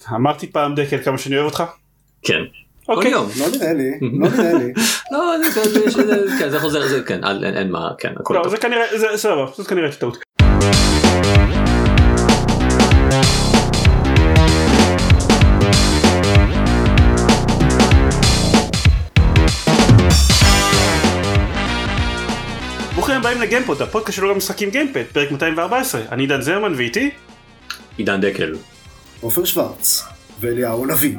אמרתי פעם דקל כמה שאני אוהב אותך? כן. כל יום. לא נראה לי. לא, זה חוזר, זה כן, אין מה, כן, הכל טוב. זה כנראה, זה סבבה, זאת כנראה טעות. ברוכים הבאים לגיימפוד, הפודקאסט שלו גם משחקים גיימפד, פרק 214. אני עידן זרמן ואיתי עידן דקל, עופר שוורץ ואליהו נביא.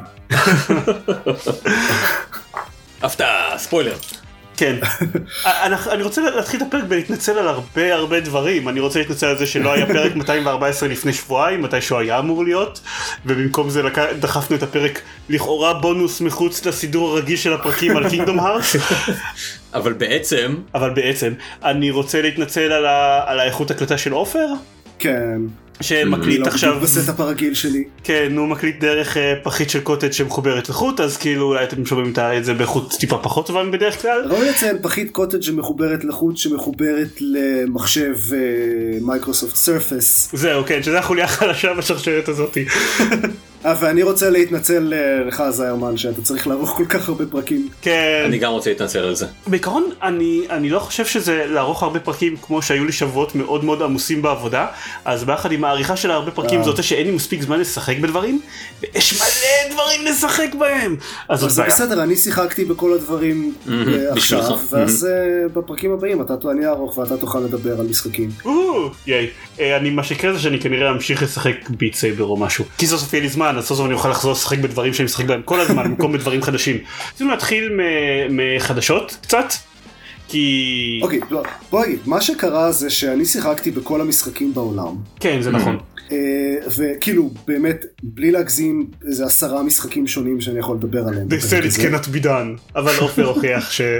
הפתעה, ספוילר. כן. אני רוצה להתחיל את הפרק ולהתנצל על הרבה דברים. אני רוצה להתנצל על זה שלא היה פרק 214 לפני שבועיים, מתי שהוא היה אמור להיות, ובמקום זה דחפנו את הפרק לכאורה בונוס מחוץ לסידור הרגיל של הפרקים על קינגדום הארטס. אבל בעצם אני רוצה להתנצל על האיכות הקלטה של עופר. כן. שמקליט עכשיו... לא בסטאפ הרגיל שלי. כן, הוא מקליט דרך פחית של קוטג' שמחוברת לחוט, אז כאילו אולי אתם שומעים את זה באיכות טיפה פחות טובה מבדרך כלל. ראוי לציין פחית קוטג' שמחוברת לחוט שמחוברת למחשב מייקרוסופט סרפס. זהו, כן, שזה החוליה החלשה בשרשרת הזאת. ואני רוצה להתנצל לך זיירמן שאתה צריך לערוך כל כך הרבה פרקים. כן. אני גם רוצה להתנצל על זה. בעיקרון אני לא חושב שזה לערוך הרבה פרקים כמו שהיו לי שבועות מאוד מאוד עמוסים בעבודה, אז ביחד עם העריכה של הרבה פרקים זאת שאין לי מספיק זמן לשחק בדברים, ויש מלא דברים לשחק בהם. אז זה בסדר, אני שיחקתי בכל הדברים עכשיו, ואז בפרקים הבאים אני אערוך ואתה תוכל לדבר על משחקים. ייי. אני מה שיקרה זה שאני כנראה אמשיך לשחק ביט סייבר או משהו, כי סוף סוף יהיה לי זמן, אז סוף סוף אני אוכל לחזור לשחק בדברים שאני משחק בהם כל הזמן, במקום בדברים חדשים. רצינו להתחיל מחדשות קצת, כי... אוקיי, בוא נגיד, מה שקרה זה שאני שיחקתי בכל המשחקים בעולם. כן, זה נכון. וכאילו, באמת, בלי להגזים, איזה 10 משחקים שונים שאני יכול לדבר עליהם. They said it cannot be done, אבל אופר הוכיח ש...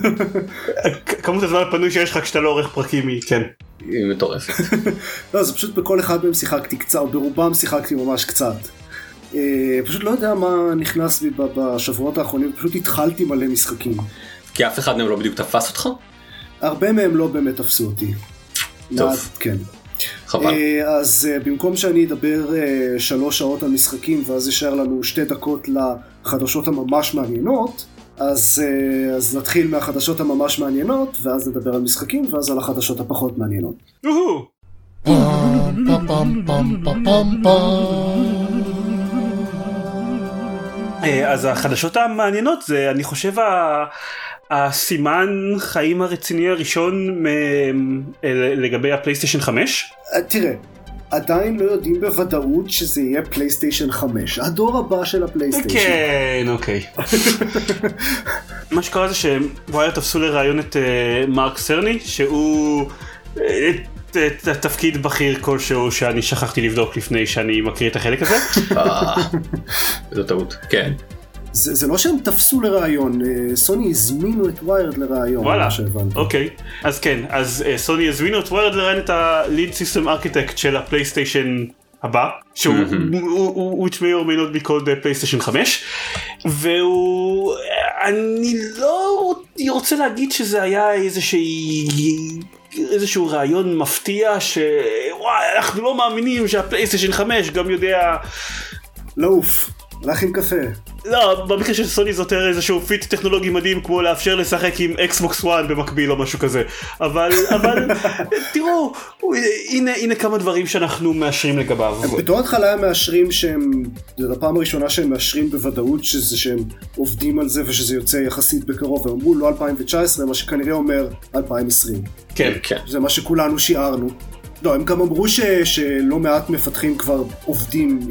כמות הזמן הפנוי שיש לך כשאתה לא עורך פרקים היא, כן. היא מטורפת. לא, זה פשוט בכל אחד מהם שיחקתי קצת, או ברובם שיחקתי ממש קצת. פשוט לא יודע מה נכנס לי בשבועות האחרונים, פשוט התחלתי מלא משחקים. כי אף אחד מהם לא בדיוק תפס אותך? הרבה מהם לא באמת תפסו אותי. טוב. כן. חבל. אז במקום שאני אדבר 3 שעות על משחקים, ואז יישאר לנו 2 דקות לחדשות הממש מעניינות, אז נתחיל מהחדשות הממש מעניינות, ואז נדבר על משחקים, ואז על החדשות הפחות מעניינות. אז החדשות המעניינות זה, אני חושב, הסימן חיים הרציני הראשון לגבי הפלייסטיישן 5. תראה, עדיין לא יודעים בוודאות שזה יהיה פלייסטיישן 5, הדור הבא של הפלייסטיישן. כן, אוקיי. מה שקרה זה שווייר תפסו לראיון את מרק סרני, שהוא תפקיד בכיר כלשהו שאני שכחתי לבדוק לפני שאני מקריא את החלק הזה. זו טעות, כן. זה לא שהם תפסו לראיון, סוני הזמינו את ויירד לראיון. וואלה, אוקיי. אז כן, אז סוני הזמינו את ויירד לראיון את ה-Lead System Architect של הפלייסטיישן הבא, שהוא which may or may not be called PlayStation 5, והוא, אני לא רוצה להגיד שזה היה איזשהו רעיון מפתיע שוואי, אנחנו לא מאמינים שהפלייסטיישן 5 גם יודע לעוף. לך עם קפה. לא, במקרה של סוני זאת איזשהו פיט טכנולוגי מדהים כמו לאפשר לשחק עם Xbox One במקביל או משהו כזה. אבל תראו, הנה כמה דברים שאנחנו מאשרים לגביו. בתור התחלה הם מאשרים שהם, זו הפעם הראשונה שהם מאשרים בוודאות שהם עובדים על זה ושזה יוצא יחסית בקרוב. הם אמרו לא 2019, מה שכנראה אומר 2020. כן. זה מה שכולנו שיערנו. לא, הם גם אמרו שלא מעט מפתחים כבר עובדים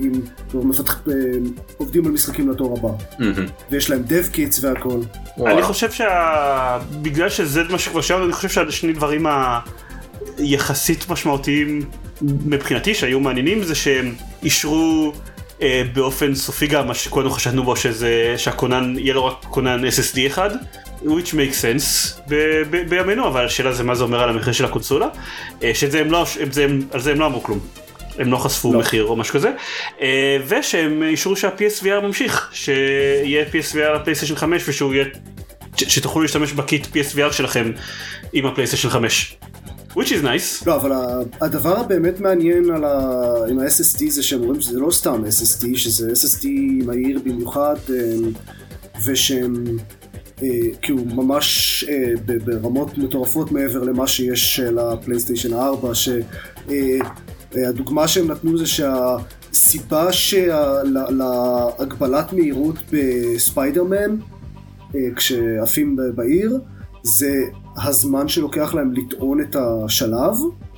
על משחקים לתור הבא. ויש להם dev kits והכל. אני חושב בגלל שזה מה שכבר שאלנו, אני חושב שהשני דברים היחסית משמעותיים מבחינתי שהיו מעניינים זה שהם אישרו באופן סופי גם מה שכולנו חשבנו בו שהקונן יהיה לו רק קונן SSD אחד. which makes sense בימינו, אבל השאלה זה מה זה אומר על המחיר של הקונסולה, שזה על זה הם לא אמרו כלום, הם לא חשפו מחיר או משהו כזה, ושהם אישרו שה-PSVR ממשיך, שיהיה PSVR לפלייסטיישן 5 שתוכלו להשתמש בקיט PSVR שלכם עם הפלייסטיישן 5. which which is nice. לא, אבל הדבר הבאמת מעניין עם ה-SSD זה שהם אומרים שזה לא סתם SSD, שזה SSD מהיר במיוחד, ושהם כאילו ממש ברמות מטורפות מעבר למה שיש לפלייסטיישן 4, שהדוגמה שהם נתנו זה שהסיבה להגבלת מהירות בספיידרמן, כשעפים בעיר, זה הזמן שלוקח להם לטעון את השלב,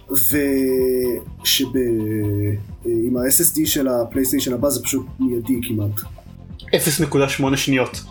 ושעם ה-SSD של הפלייסטיישן הבא זה פשוט מיידי כמעט. 0.8 שניות.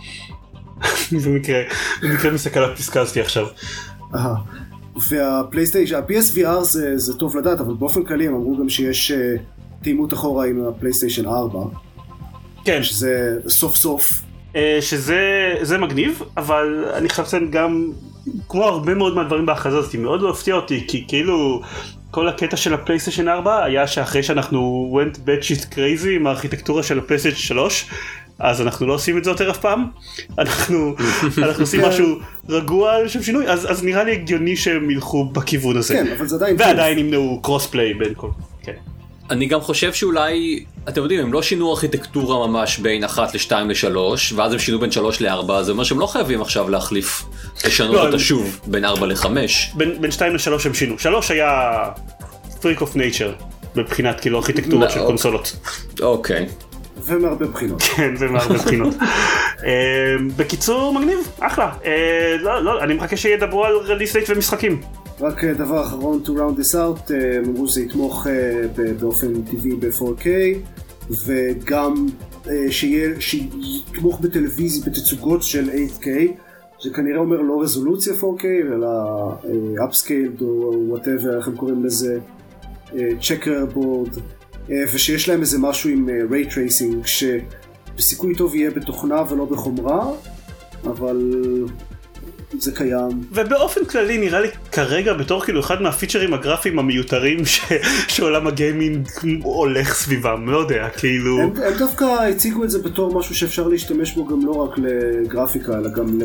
במקרה מסתכל על הפסקה הזאתי עכשיו. והפלייסטיישן, ה-PSVR זה טוב לדעת, אבל באופן כללי הם אמרו גם שיש תאימות אחורה עם הפלייסטיישן 4. כן. שזה סוף סוף. שזה מגניב, אבל אני חייב לציין גם, כמו הרבה מאוד מהדברים בהכרזה הזאת, מאוד לא הפתיע אותי, כי כאילו כל הקטע של הפלייסטיישן 4 היה שאחרי שאנחנו went batshit crazy עם הארכיטקטורה של הפלייסטיישן 3, אז אנחנו לא עושים את זה יותר אף פעם, אנחנו עושים משהו רגוע לשם שינוי, אז נראה לי הגיוני שהם ילכו בכיוון הזה. כן, אבל זה עדיין... ועדיין ימנעו קרוספליי בין כל... כן. אני גם חושב שאולי, אתם יודעים, הם לא שינו ארכיטקטורה ממש בין 1 ל-2 ל-3, ואז הם שינו בין 3 ל-4, זה אומר שהם לא חייבים עכשיו להחליף, לשנות אותה שוב בין 4 ל-5. בין 2 ל-3 הם שינו. 3 היה freak of nature, בבחינת כאילו ארכיטקטורה של קונסולות. אוקיי. ומהרבה בחינות. כן, ומהרבה בחינות. בקיצור, מגניב, אחלה. לא, אני מחכה שידברו על release date ומשחקים. רק דבר אחרון to round this out, אמרו שזה יתמוך באופן טבעי ב-4K, וגם שיתמוך בטלוויזיה, בתצוגות של 8K, זה כנראה אומר לא רזולוציה 4K, אלא upscaled או whatever, איך הם קוראים לזה, checkerboard, ושיש להם איזה משהו עם ray tracing, שבסיכוי טוב יהיה בתוכנה ולא בחומרה, אבל זה קיים. ובאופן כללי נראה לי כרגע בתור כאילו אחד מהפיצ'רים הגרפיים המיותרים שעולם הגיימינג הולך סביבם, לא יודע, כאילו... הם דווקא הציגו את זה בתור משהו שאפשר להשתמש בו גם לא רק לגרפיקה, אלא גם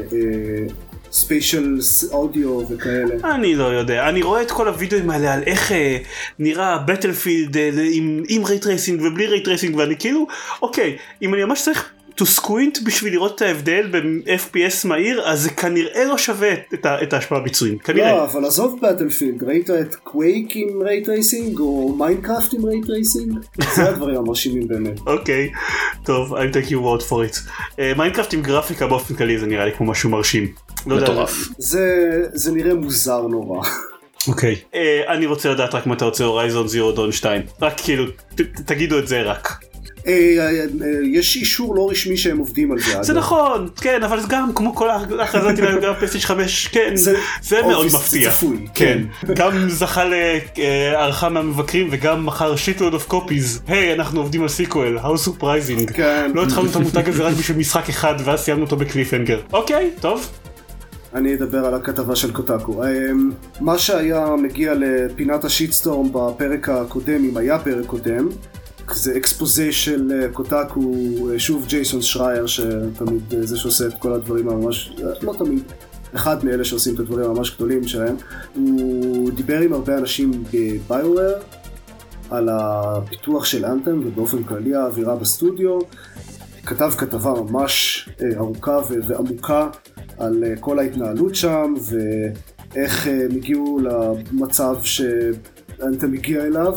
ספיישל אודיו וכאלה. אני לא יודע, אני רואה את כל הוידאוים האלה על איך נראה בטלפילד עם רייטרייסינג ובלי רייטרייסינג, ואני כאילו, אוקיי, אם אני ממש צריך to squint בשביל לראות את ההבדל בין FPS מהיר, אז זה כנראה לא שווה את ההשפעה הביצועים, כנראה. לא, אבל עזוב בטלפילד, ראית את קווייק עם רייטרייסינג או מיינקראפט עם רייטרייסינג? זה הדברים המרשימים באמת. אוקיי, טוב, I'll take your word for it. מיינקראפט עם גרפיקה באופן כללי זה נראה לי כמו משהו מרשים. מטורף. זה נראה מוזר נורא. אוקיי, אני רוצה לדעת רק מתי יוצא הורייזון זירו דון 2, רק כאילו, תגידו את זה רק. יש אישור לא רשמי שהם עובדים על זה. זה נכון, כן, אבל גם כמו כל ההכרזת גם פלייסטיישן 5, כן, זה מאוד מפתיע. כן, גם זכה להערכה מהמבקרים וגם מכר שיטלוד אוף קופיז. היי, אנחנו עובדים על סיקוול, how surprising. לא התחלנו את המותג הזה רק בשביל משחק אחד ואז סיימנו אותו בקליפהנגר. אוקיי, טוב. אני אדבר על הכתבה של קוטאקו. מה שהיה מגיע לפינת השיטסטורם בפרק הקודם, אם היה פרק קודם, זה אקספוזה של קוטאקו, שוב ג'ייסון שרייר, שתמיד זה שעושה את כל הדברים הממש, לא תמיד, אחד מאלה שעושים את הדברים הממש גדולים שלהם. הוא דיבר עם הרבה אנשים בביואר על הפיתוח של אנתם ובאופן כללי האווירה בסטודיו, כתב כתבה ממש ארוכה ועמוקה על כל ההתנהלות שם ואיך הם הגיעו למצב שאנתם הגיע אליו.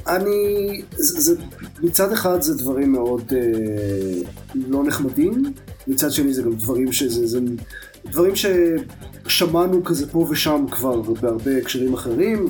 מצד אחד זה דברים מאוד לא נחמדים, מצד שני זה גם דברים ששמענו כזה פה ושם כבר בהרבה הקשרים אחרים,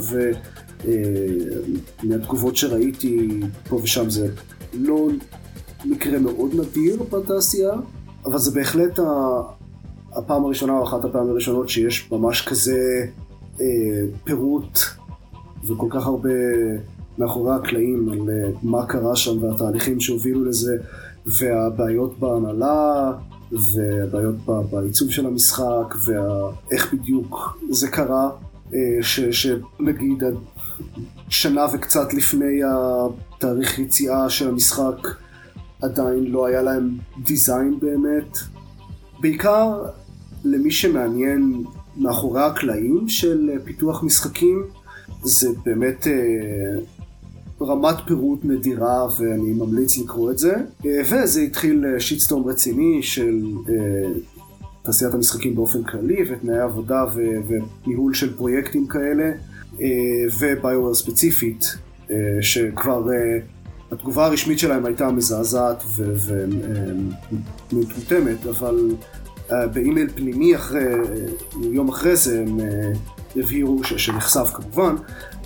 ומהתגובות שראיתי פה ושם זה לא מקרה מאוד נדיר בתעשייה, אבל זה בהחלט הפעם הראשונה או אחת הפעם הראשונות שיש ממש כזה פירוט וכל כך הרבה מאחורי הקלעים על מה קרה שם והתהליכים שהובילו לזה והבעיות בהנהלה והבעיות בעיצוב של המשחק ואיך בדיוק זה קרה, שנגיד שנה וקצת לפני התאריך יציאה של המשחק עדיין לא היה להם דיזיין באמת. בעיקר למי שמעניין מאחורי הקלעים של פיתוח משחקים, זה באמת רמת פירוט נדירה ואני ממליץ לקרוא את זה. וזה התחיל שיטסטורם רציני של תעשיית המשחקים באופן כללי ותנאי עבודה וניהול של פרויקטים כאלה, וביואר ספציפית שכבר התגובה הרשמית שלהם הייתה מזעזעת ומטומטמת, אבל באימייל פנימי יום אחרי זה הם הבהירו שנחשף כמובן,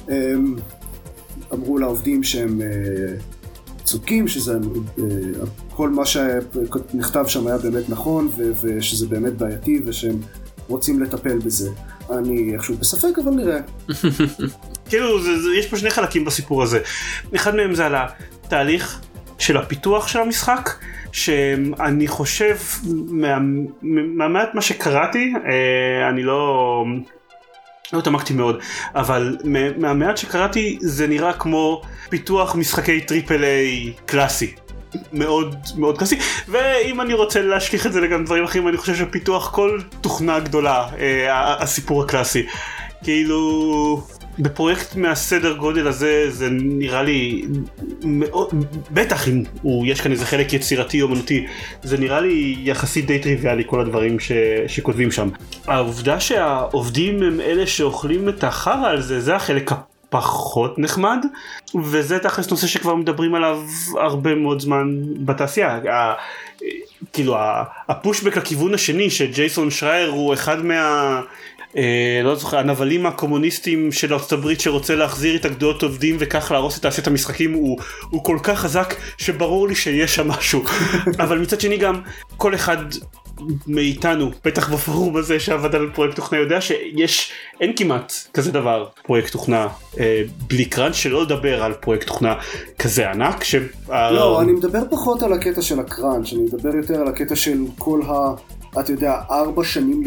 אמרו לעובדים שהם צודקים, שזה כל מה שנכתב שם היה באמת נכון ושזה באמת בעייתי ושהם רוצים לטפל בזה. אני איכשהו בספק, אבל נראה. כאילו, יש פה שני חלקים בסיפור הזה. אחד מהם זה על התהליך של הפיתוח של המשחק, שאני חושב, מהמעט מה שקראתי, אני לא תמקתי מאוד, אבל מהמעט שקראתי זה נראה כמו פיתוח משחקי טריפל איי קלאסי. מאוד מאוד קלאסי, ואם אני רוצה להשליך את זה לגבי דברים אחרים, אני חושב שפיתוח כל תוכנה גדולה, הסיפור הקלאסי, כאילו בפרויקט מהסדר גודל הזה זה נראה לי מאוד, בטח אם יש כאן איזה חלק יצירתי או אומנותי, זה נראה לי יחסית די טריוויאלי כל הדברים שכותבים שם. העובדה שהעובדים הם אלה שאוכלים את החרא על זה, זה החלק פחות נחמד, וזה תכלס נושא שכבר מדברים עליו הרבה מאוד זמן בתעשייה. כאילו הפושבק לכיוון השני, שג'ייסון שרייר הוא אחד לא זוכר, הנבלים הקומוניסטים של ארצות הברית שרוצה להחזיר התאגדויות עובדים וכך להרוס את תעשיית המשחקים, הוא כל כך חזק שברור לי שיש שם משהו. אבל מצד שני גם כל אחד מאיתנו, בטח בפורום הזה שעבד על פרויקט תוכנה, יודע שאין כמעט כזה דבר פרויקט תוכנה בלי קראנץ', שלא לדבר על פרויקט תוכנה כזה ענק. לא, אני מדבר פחות על הקטע של הקראנץ', אני מדבר יותר על הקטע של כל אתה יודע, 4 שנים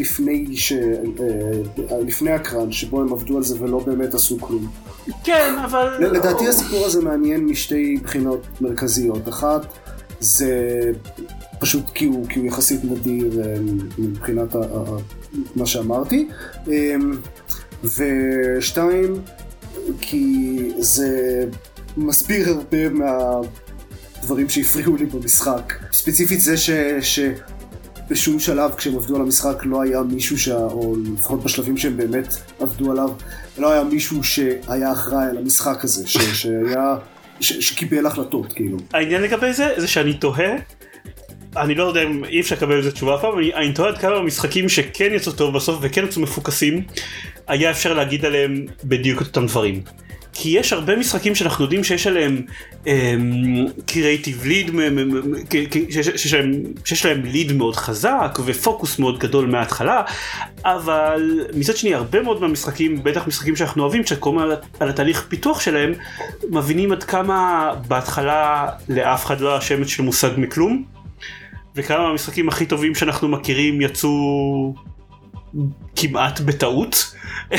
לפני הקראנץ' שבו הם עבדו על זה ולא באמת עשו כלום. כן, אבל לדעתי הסיפור הזה מעניין משתי בחינות מרכזיות. אחת, זה פשוט כי הוא יחסית נדיר מבחינת מה שאמרתי, ושתיים, כי זה מסביר הרבה מהדברים שהפריעו לי במשחק. ספציפית זה בשום שלב כשהם עבדו על המשחק לא היה מישהו או לפחות בשלבים שהם באמת עבדו עליו, לא היה מישהו שהיה אחראי על המשחק הזה, שקיבל החלטות, כאילו. העניין לגבי זה שאני תוהה, אני לא יודע אם אי אפשר לקבל לזה תשובה פעם, אני תוהה עד כמה המשחקים שכן יצאו טוב בסוף וכן יצאו מפוקסים, היה אפשר להגיד עליהם בדיוק את אותם דברים. כי יש הרבה משחקים שאנחנו יודעים שיש עליהם קריאיטיב ליד, שיש להם ליד מאוד חזק ופוקוס מאוד גדול מההתחלה, אבל מצד שני הרבה מאוד מהמשחקים, בטח משחקים שאנחנו אוהבים, שקוראים על התהליך פיתוח שלהם, מבינים עד כמה בהתחלה לאף אחד לא היה שמץ של מושג מכלום, וכמה המשחקים הכי טובים שאנחנו מכירים יצאו כמעט בטעות.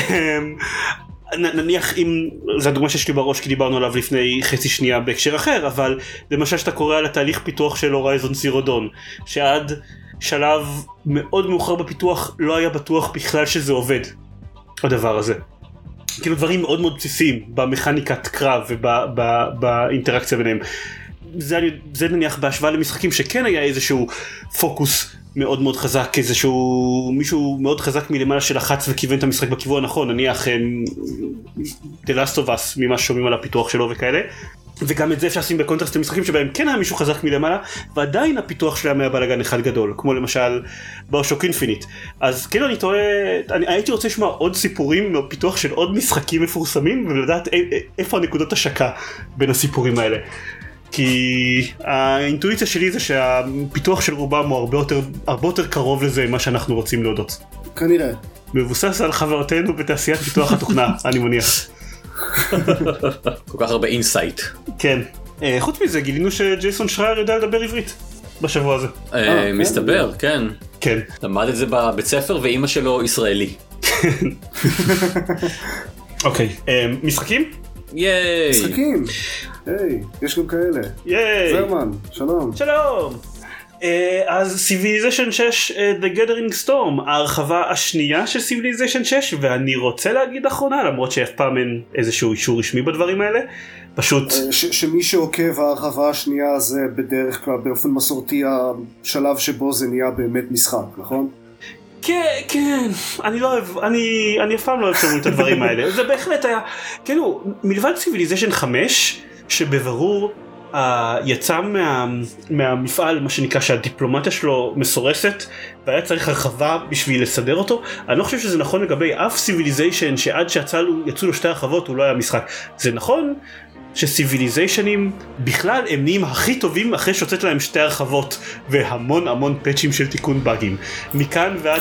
נניח אם, זו הדוגמה שיש לי בראש כי דיברנו עליו לפני חצי שנייה בהקשר אחר, אבל למשל שאתה קורא על התהליך פיתוח של הורייזון זירו דון, שעד שלב מאוד מאוחר בפיתוח לא היה בטוח בכלל שזה עובד, הדבר הזה. כאילו דברים מאוד מאוד בסיסיים במכניקת קרב ובאינטראקציה ביניהם. זה נניח בהשוואה למשחקים שכן היה איזשהו פוקוס מאוד מאוד חזק, איזשהו מישהו מאוד חזק מלמעלה שלחץ וכיוון את המשחק בכיוון הנכון, נניח The Last of Us ממה ששומעים על הפיתוח שלו וכאלה, וגם את זה אפשר לשים בקונטרסט למשחקים שבהם כן היה מישהו חזק מלמעלה ועדיין הפיתוח שלהם היה בלגן אחד גדול, כמו למשל ביושוק אינפיניט. אז כאילו אני טועה, הייתי רוצה לשמוע עוד סיפורים מפיתוח של עוד משחקים מפורסמים ולדעת איפה הנקודות השקה בין הסיפורים האלה. כי האינטואיציה שלי זה שהפיתוח של רובם הוא הרבה יותר קרוב לזה מה שאנחנו רוצים להודות. כנראה. מבוסס על חברתנו בתעשיית פיתוח התוכנה, אני מניח. כל כך הרבה אינסייט. כן. חוץ מזה גילינו שג'ייסון שרייר יודע לדבר עברית בשבוע הזה. מסתבר, כן. כן. למד את זה בבית ספר ואימא שלו ישראלי. אוקיי, משחקים? ייי! משחקים! היי, יש גם כאלה. ייי! זרמן, שלום. שלום! אז Civilization 6 The Gathering Storm, ההרחבה השנייה של Civilization 6, ואני רוצה להגיד אחרונה, למרות שאף פעם אין איזשהו אישור רשמי בדברים האלה, פשוט... שמי שעוקב ההרחבה השנייה זה בדרך כלל באופן מסורתי השלב שבו זה נהיה באמת משחק, נכון? כן, אני לא אוהב, אני אף פעם לא אוהב שאומרים את הדברים האלה, זה בהחלט היה, כאילו, מלבד Civilization 5, שבברור יצא מהמפעל, מה שנקרא שהדיפלומטיה שלו מסורסת, והיה צריך הרחבה בשביל לסדר אותו, אני לא חושב שזה נכון לגבי אף Civilization שעד שיצאו לו שתי הרחבות הוא לא היה משחק. זה נכון שסיביליזיישנים בכלל הם נהיים הכי טובים אחרי שיוצאת להם שתי הרחבות והמון פאצ'ים של תיקון באגים. מכאן ועד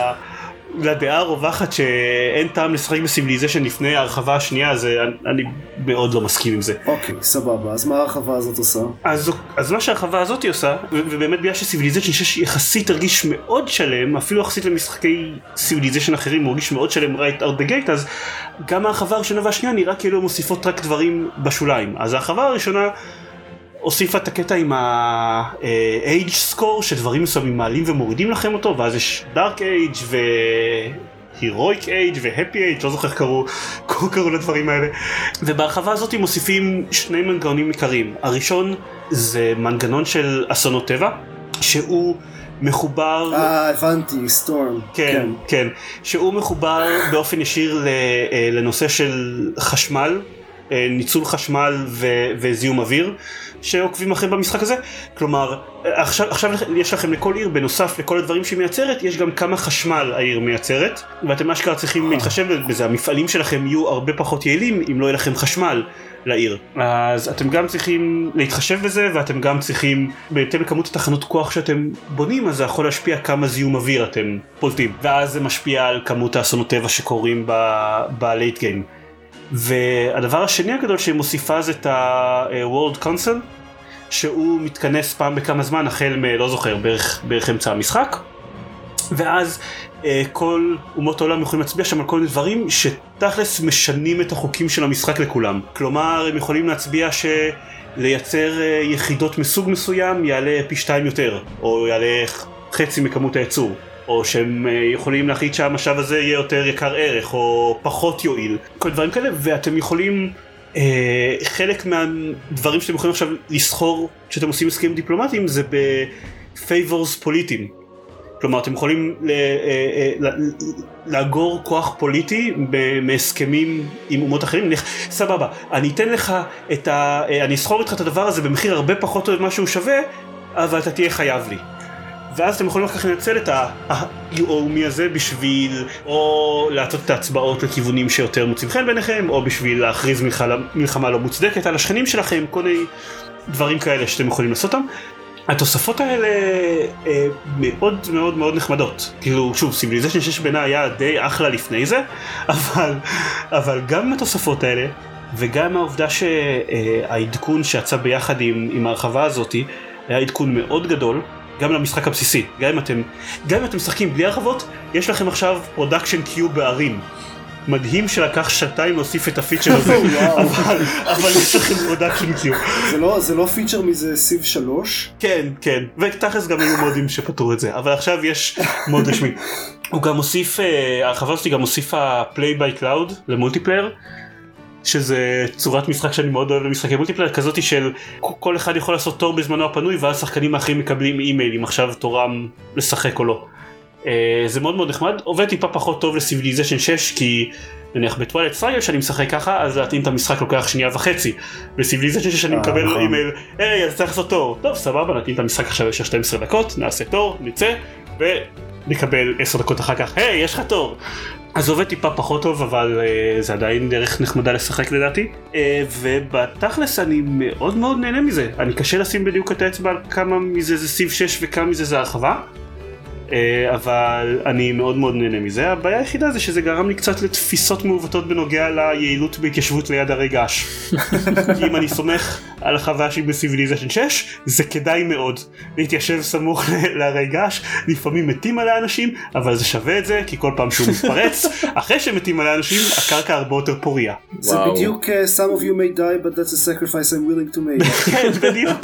לדעה הרווחת שאין טעם לשחק בסיביליזיישן לפני ההרחבה השנייה, אז אני מאוד לא מסכים עם זה. אוקיי, סבבה, אז מה ההרחבה הזאת עושה? אז מה שההרחבה הזאת עושה, ובאמת בגלל שסיביליזיישן 6 יחסית תרגיש מאוד שלם, אפילו יחסית למשחקי סיביליזיישן אחרים הוא הרגיש מאוד שלם right out the gate, אז גם ההרחבה הראשונה והשנייה נראה כאילו מוסיפות רק דברים בשוליים. אז ההרחבה הראשונה הוסיפה את הקטע עם ה-age score, שדברים מסוימים מעלים ומורידים לכם אותו, ואז יש dark age ו-heroic age ו-happy age, לא זוכר קראו לדברים האלה. ובהרחבה הזאת מוסיפים שני מנגנונים עיקריים. הראשון זה מנגנון של אסונות טבע, שהוא מחובר... הבנתי, סטורם. כן, שהוא מחובר באופן ישיר לנושא של חשמל, ניצול חשמל וזיהום אוויר שעוקבים אחרי במשחק הזה. כלומר, עכשיו יש לכם לכל עיר, בנוסף לכל הדברים שהיא מייצרת, יש גם כמה חשמל העיר מייצרת, ואתם אשכרה צריכים להתחשב בזה. המפעלים שלכם יהיו הרבה פחות יעילים אם לא יהיה לכם חשמל לעיר. אז אתם גם צריכים להתחשב בזה, ואתם גם צריכים, בהתאם לכמות התחנות כוח שאתם בונים, אז זה יכול להשפיע כמה זיהום אוויר אתם פולטים. ואז זה משפיע על כמות האסונות טבע שקורים ב-late game. והדבר השני הגדול שהיא מוסיפה זה את ה-World Council, שהוא מתכנס פעם בכמה זמן, החל לא זוכר, בערך אמצע המשחק, ואז כל אומות העולם יכולים להצביע שם על כל מיני דברים שתכלס משנים את החוקים של המשחק לכולם. כלומר, הם יכולים להצביע שלייצר יחידות מסוג מסוים יעלה פי 2 יותר, או יעלה חצי מכמות הייצור, או שהם יכולים להחליט שהמשאב הזה יהיה יותר יקר ערך, או פחות יועיל, כל דברים כאלה, ואתם יכולים, חלק מהדברים שאתם יכולים עכשיו לסחור כשאתם עושים הסכמים דיפלומטיים, זה ב-favors פוליטיים. כלומר, אתם יכולים לאגור כוח פוליטי מהסכמים עם אומות אחרים. סבבה, אני אתן לך אני אסחור איתך את הדבר הזה במחיר הרבה פחות ממה שהוא שווה, אבל אתה תהיה חייב לי. ואז אתם יכולים כך לנצל את ה-UOMI הזה בשביל או לעשות את ההצבעות לכיוונים שיותר מוצאים חן ביניכם, או בשביל להכריז מלחמה לא מוצדקת על השכנים שלכם, כל מיני דברים כאלה שאתם יכולים לעשות אותם. התוספות האלה מאוד מאוד מאוד נחמדות. כאילו, שוב, Civilization 6 בעיניי היה די אחלה לפני זה, אבל גם התוספות האלה, וגם העובדה שהעדכון שיצא ביחד עם ההרחבה הזאת, היה עדכון מאוד גדול, גם למשחק הבסיסי. גם אם אתם משחקים בלי הרחבות, יש לכם עכשיו פרודקשן קיו בערים. מדהים שלקח שעתיים להוסיף את הפיצ'ר הזה, אבל יש לכם פרודקשן קיו. זה לא פיצ'ר מזה סיב 3? כן, ותכלס גם היו מודים שפתרו את זה, אבל עכשיו יש מוד רשמי. הוא גם מוסיף, הרחבה הזאת גם מוסיפה play by cloud למולטיפלייר, שזה צורת משחק שאני מאוד אוהב למשחקי מולטיפלייר, כזאת של כל אחד יכול לעשות תור בזמנו הפנוי, ואז שחקנים האחרים מקבלים אימייל אם עכשיו תורם לשחק או לא. זה מאוד מאוד נחמד. עובד טיפה פחות טוב לסיביליזיישן 6, כי נניח בטווילייט סטרייגר שאני משחק ככה, אז להתאים את המשחק לוקח שנייה וחצי. בסיביליזיישן 6 אני מקבל אימייל, היי, אז צריך לעשות תור. טוב, סבבה, להתאים את המשחק עכשיו יש 12 דקות, נעשה תור, נצא, ונקבל 10 דקות אחר כך, היי, יש לך תור. אז זה עובד טיפה פחות טוב, אבל זה עדיין דרך נחמדה לשחק לדעתי. ובתכלס אני מאוד מאוד נהנה מזה. אני קשה לשים בדיוק את האצבע על כמה מזה זה סיב 6 וכמה מזה זה הרחבה. אבל אני מאוד מאוד נהנה מזה. הבעיה היחידה זה שזה גרם לי קצת לתפיסות מעוותות בנוגע ליעילות בהתיישבות ליד הרי געש. אם אני סומך על החוויה שלי בסיביליזיישן 6, זה כדאי מאוד להתיישב סמוך להרי געש. לפעמים מתים עלי אנשים, אבל זה שווה את זה, כי כל פעם שהוא מתפרץ, אחרי שמתים עלי אנשים, הקרקע הרבה יותר פוריה. זה בדיוק some of you may die, but that's a sacrifice I'm willing to make. כן, בדיוק.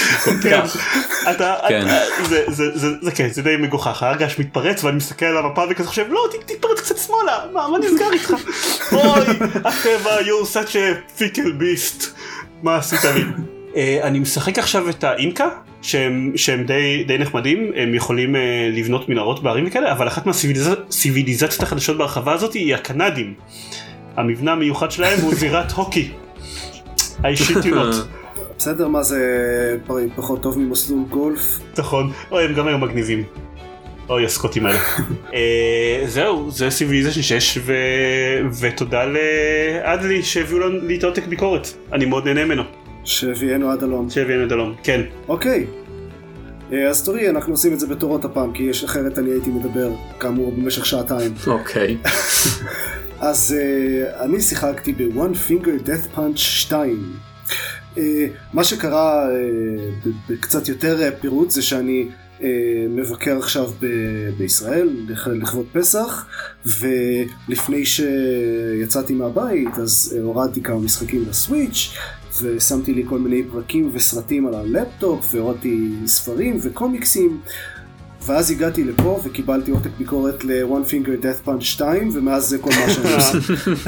זה די מגוחך, הרגש מתפרץ ואני מסתכל על המפה וכזה חושב, לא, תתפרץ קצת שמאלה, מה נסגר איתך? אוי, הטבע, you're such a fickle beast. מה עשית לי? אני משחק עכשיו את האינקה, שהם די נחמדים, הם יכולים לבנות מנהרות בערים וכאלה, אבל אחת מהסיביליזציות החדשות בהרחבה הזאת היא הקנדים. המבנה המיוחד שלהם הוא זירת הוקי. הישיתיות. בסדר, מה זה פחות טוב ממסלול גולף? נכון, הם גם היום מגניבים. אוי, הסקוטים האלה. זהו, זה סיביליזיישן 6, ותודה לאדלי שהביאו לי את העותק ביקורת. אני מאוד נהנה ממנו. שהביאנו עד הלום. שהביאנו עד הלום, כן. אוקיי. אז תורי, אנחנו עושים את זה בתורות הפעם, כי אחרת אני הייתי מדבר, כאמור, במשך שעתיים. אוקיי. אז אני שיחקתי ב-One Finger Death Punch 2. מה שקרה בקצת יותר פירוט זה שאני מבקר עכשיו בישראל לכבוד פסח, ולפני שיצאתי מהבית אז הורדתי כמה משחקים לסוויץ' ושמתי לי כל מיני פרקים וסרטים על הלפטופ והורדתי ספרים וקומיקסים, ואז הגעתי לפה וקיבלתי עותק ביקורת ל-One Finger Death Punch 2, ומאז זה כל מה שאני עושה.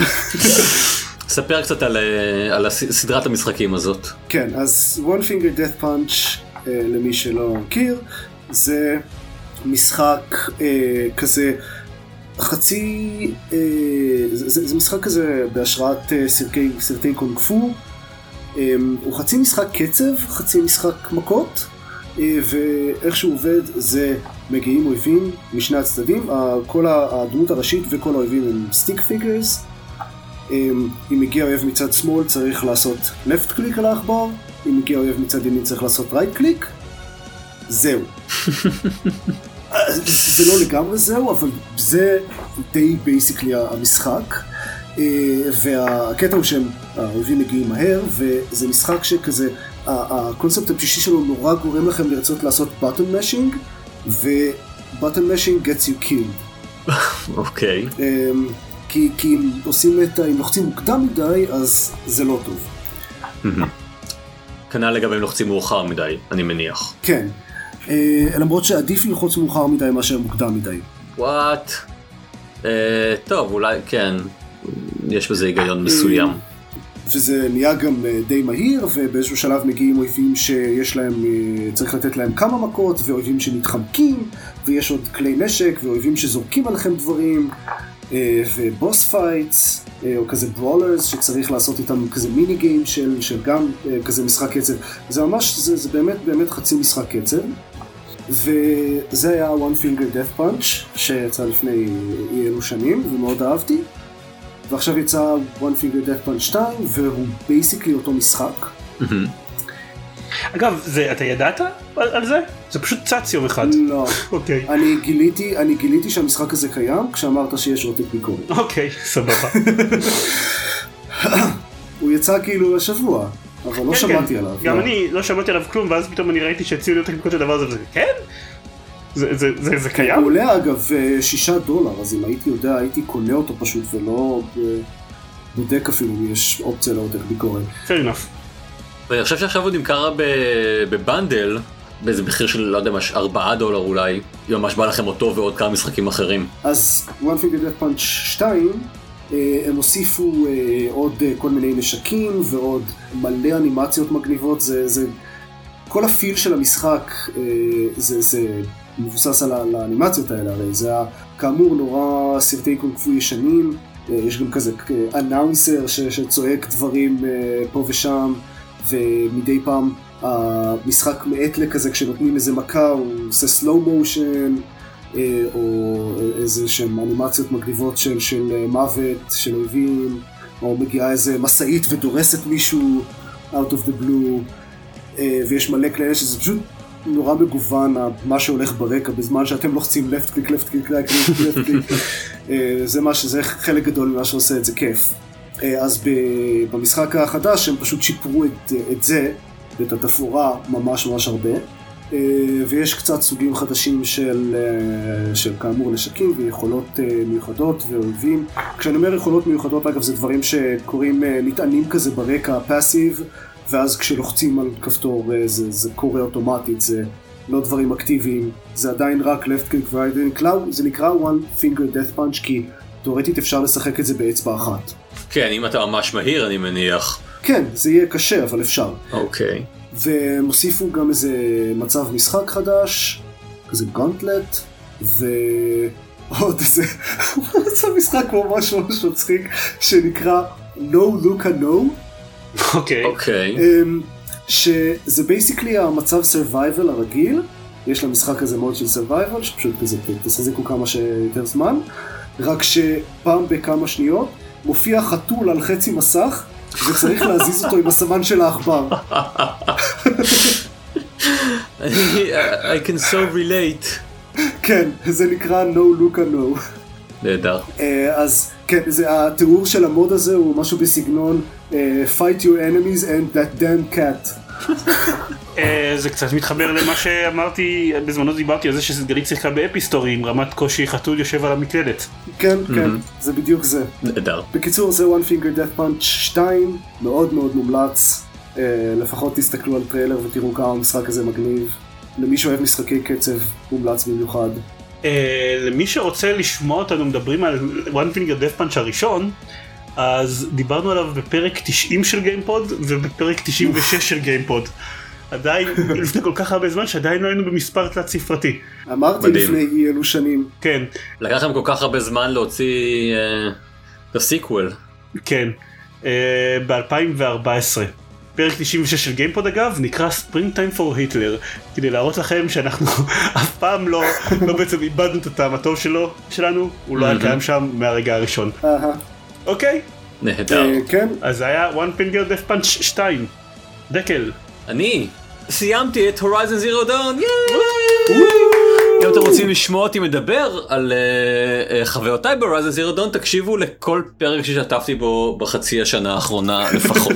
ספר קצת על סדרת המשחקים הזאת. כן, אז One Finger Death Punch, למי שלא מכיר, זה משחק כזה חצי, זה משחק כזה בהשראת סרטי קונג פו, הוא חצי משחק קצב, חצי משחק מכות, ואיך שהוא עובד זה מגיעים אויבים משני הצדדים, כל הדמות הראשית וכל האויבים הם סטיק פיגרס. אם מגיע אויב מצד שמאל צריך לעשות left click על העכבר, אם מגיע אויב מצד ימין צריך לעשות right click. זהו. זה לא לגמרי זהו, אבל זה די basically המשחק. והקטע הוא שהם האויבים מגיעים מהר, וזה משחק שכזה, הקונספט הבסיסי שלו נורא גורם לכם לרצות לעשות button mashing, ו-button mashing gets you killed. אוקיי. כי אם לוחצים מוקדם מדי, אז זה לא טוב. כנ"ל לגבי אם לוחצים מאוחר מדי, אני מניח. כן. למרות שעדיף ללחוץ מאוחר מדי מאשר מוקדם מדי. וואט? טוב, אולי כן. יש בזה היגיון מסוים. וזה נהיה גם די מהיר, ובאיזשהו שלב מגיעים אויבים שיש להם, צריך לתת להם כמה מכות, ואויבים שמתחמקים, ויש עוד כלי נשק, ואויבים שזורקים עליכם דברים, ובוס פייטס, או כזה ברולרס, שצריך לעשות איתם כזה מיני גיים של גם כזה משחק קצב. זה ממש, זה באמת חצי משחק קצב. וזה היה One Finger Death Punch, שיצא לפני אילו שנים, ומאוד אהבתי. ועכשיו יצא One Finger Death Punch 2, והוא basically אותו משחק. אגב, אתה ידעת על זה? זה פשוט צץ יום אחד. לא. אוקיי. אני גיליתי שהמשחק הזה קיים, כשאמרת שיש עותק ביקורת. אוקיי, סבבה. הוא יצא כאילו השבוע, אבל לא שמעתי עליו. גם אני לא שמעתי עליו כלום, ואז פתאום אני ראיתי שהציעו לי עותק ביקורת של הדבר הזה, וזה, כן? זה קיים? הוא עולה אגב $6, אז אם הייתי יודע הייתי קונה אותו פשוט ולא בודק אפילו אם יש אופציה לעותק ביקורת. fair enough. ואני חושב שעכשיו הוא נמכר בבנדל, באיזה מחיר של לא יודע מה, $4 אולי, ממש בא לכם אותו ועוד כמה משחקים אחרים. אז One Finger Death Punch 2, הם הוסיפו עוד כל מיני נשקים ועוד מלא אנימציות מגניבות, זה כל הפיל של המשחק זה מבוסס על האנימציות האלה, הרי זה כאמור נורא סרטי קונג פו ישנים, יש גם כזה אנאונסר שצועק דברים פה ושם, ומדי פעם המשחק מעט לכזה כשנותנים איזה מכה הוא עושה סלואו מושן, או איזה שהם אנימציות מגניבות של מוות, של אויבים, או מגיעה איזה מסעית ודורסת מישהו out of the blue, ויש מלא כלי שזה פשוט נורא מגוון מה שהולך ברקע בזמן שאתם לוחצים left click, left click, left click. זה חלק גדול ממה שעושה את זה כיף. אז במשחק החדש הם פשוט שיפרו את זה ואת התפאורה ממש ממש הרבה. ויש קצת סוגים חדשים של כאמור נשקים ויכולות מיוחדות ואויבים. כשאני אומר יכולות מיוחדות, אגב, זה דברים שקוראים נטענים כזה ברקע, פאסיב, ואז כשלוחצים על כפתור זה קורה אוטומטית, זה לא דברים אקטיביים, זה עדיין רק left click ו-right click, זה נקרא one finger death punch כי תאורטית אפשר לשחק את זה באצבע אחת. כן, אם אתה ממש מהיר אני מניח. כן, זה יהיה קשה אבל אפשר. אוקיי. ומוסיפו גם איזה מצב משחק חדש, כזה גאנטלט, ועוד איזה מצב משחק ממש ממש מצחיק, שנקרא No Luca No. אוקיי. שזה בייסיקלי המצב survival הרגיל, יש למשחק הזה מוד של survival, שפשוט כזה תשחזיקו כמה שיותר זמן, רק שפעם בכמה שניות מופיע חתול על חצי מסך, וצריך להזיז אותו עם הסמן של העכבר. I can so relate. כן, זה נקרא No Luca No. נהדר. אז כן, התיאור של המוד הזה הוא משהו בסגנון Fight your enemies and that damn cat. זה קצת מתחבר למה שאמרתי, בזמנו דיברתי על זה שגלית שיחקה באפיסטורי עם רמת קושי חתול יושב על המקלדת. כן, כן, זה בדיוק זה. נהדר. בקיצור, זה One Finger Death Punch 2, מאוד מאוד מומלץ. לפחות תסתכלו על טריילר ותראו כמה המשחק הזה מגניב. למי שאוהב משחקי קצב, מומלץ במיוחד. למי שרוצה לשמוע אותנו מדברים על One Finger Death Punch הראשון, אז דיברנו עליו בפרק 90 של גיימפוד ובפרק 96 של גיימפוד. עדיין, לפני כל כך הרבה זמן שעדיין לא היינו במספר תלת ספרתי. אמרתי לפני אי אלו שנים. כן. לקח לכם כל כך הרבה זמן להוציא את הסיקוול. כן. ב-2014. פרק 96 של גיימפוד אגב נקרא Springtime for Hitler, כדי להראות לכם שאנחנו אף פעם לא בעצם איבדנו את הטעם הטוב שלנו, הוא לא היה קיים שם מהרגע הראשון. אוקיי? נהדר. כן. אז זה היה One Finger Death Punch 2. דקל. אני סיימתי את Horizon Zero Dawn. אם אתם רוצים לשמוע אותי מדבר על חוויותיי ב-Horizon Zero Dawn, תקשיבו לכל פרק ששתפתי בו בחצי השנה האחרונה לפחות.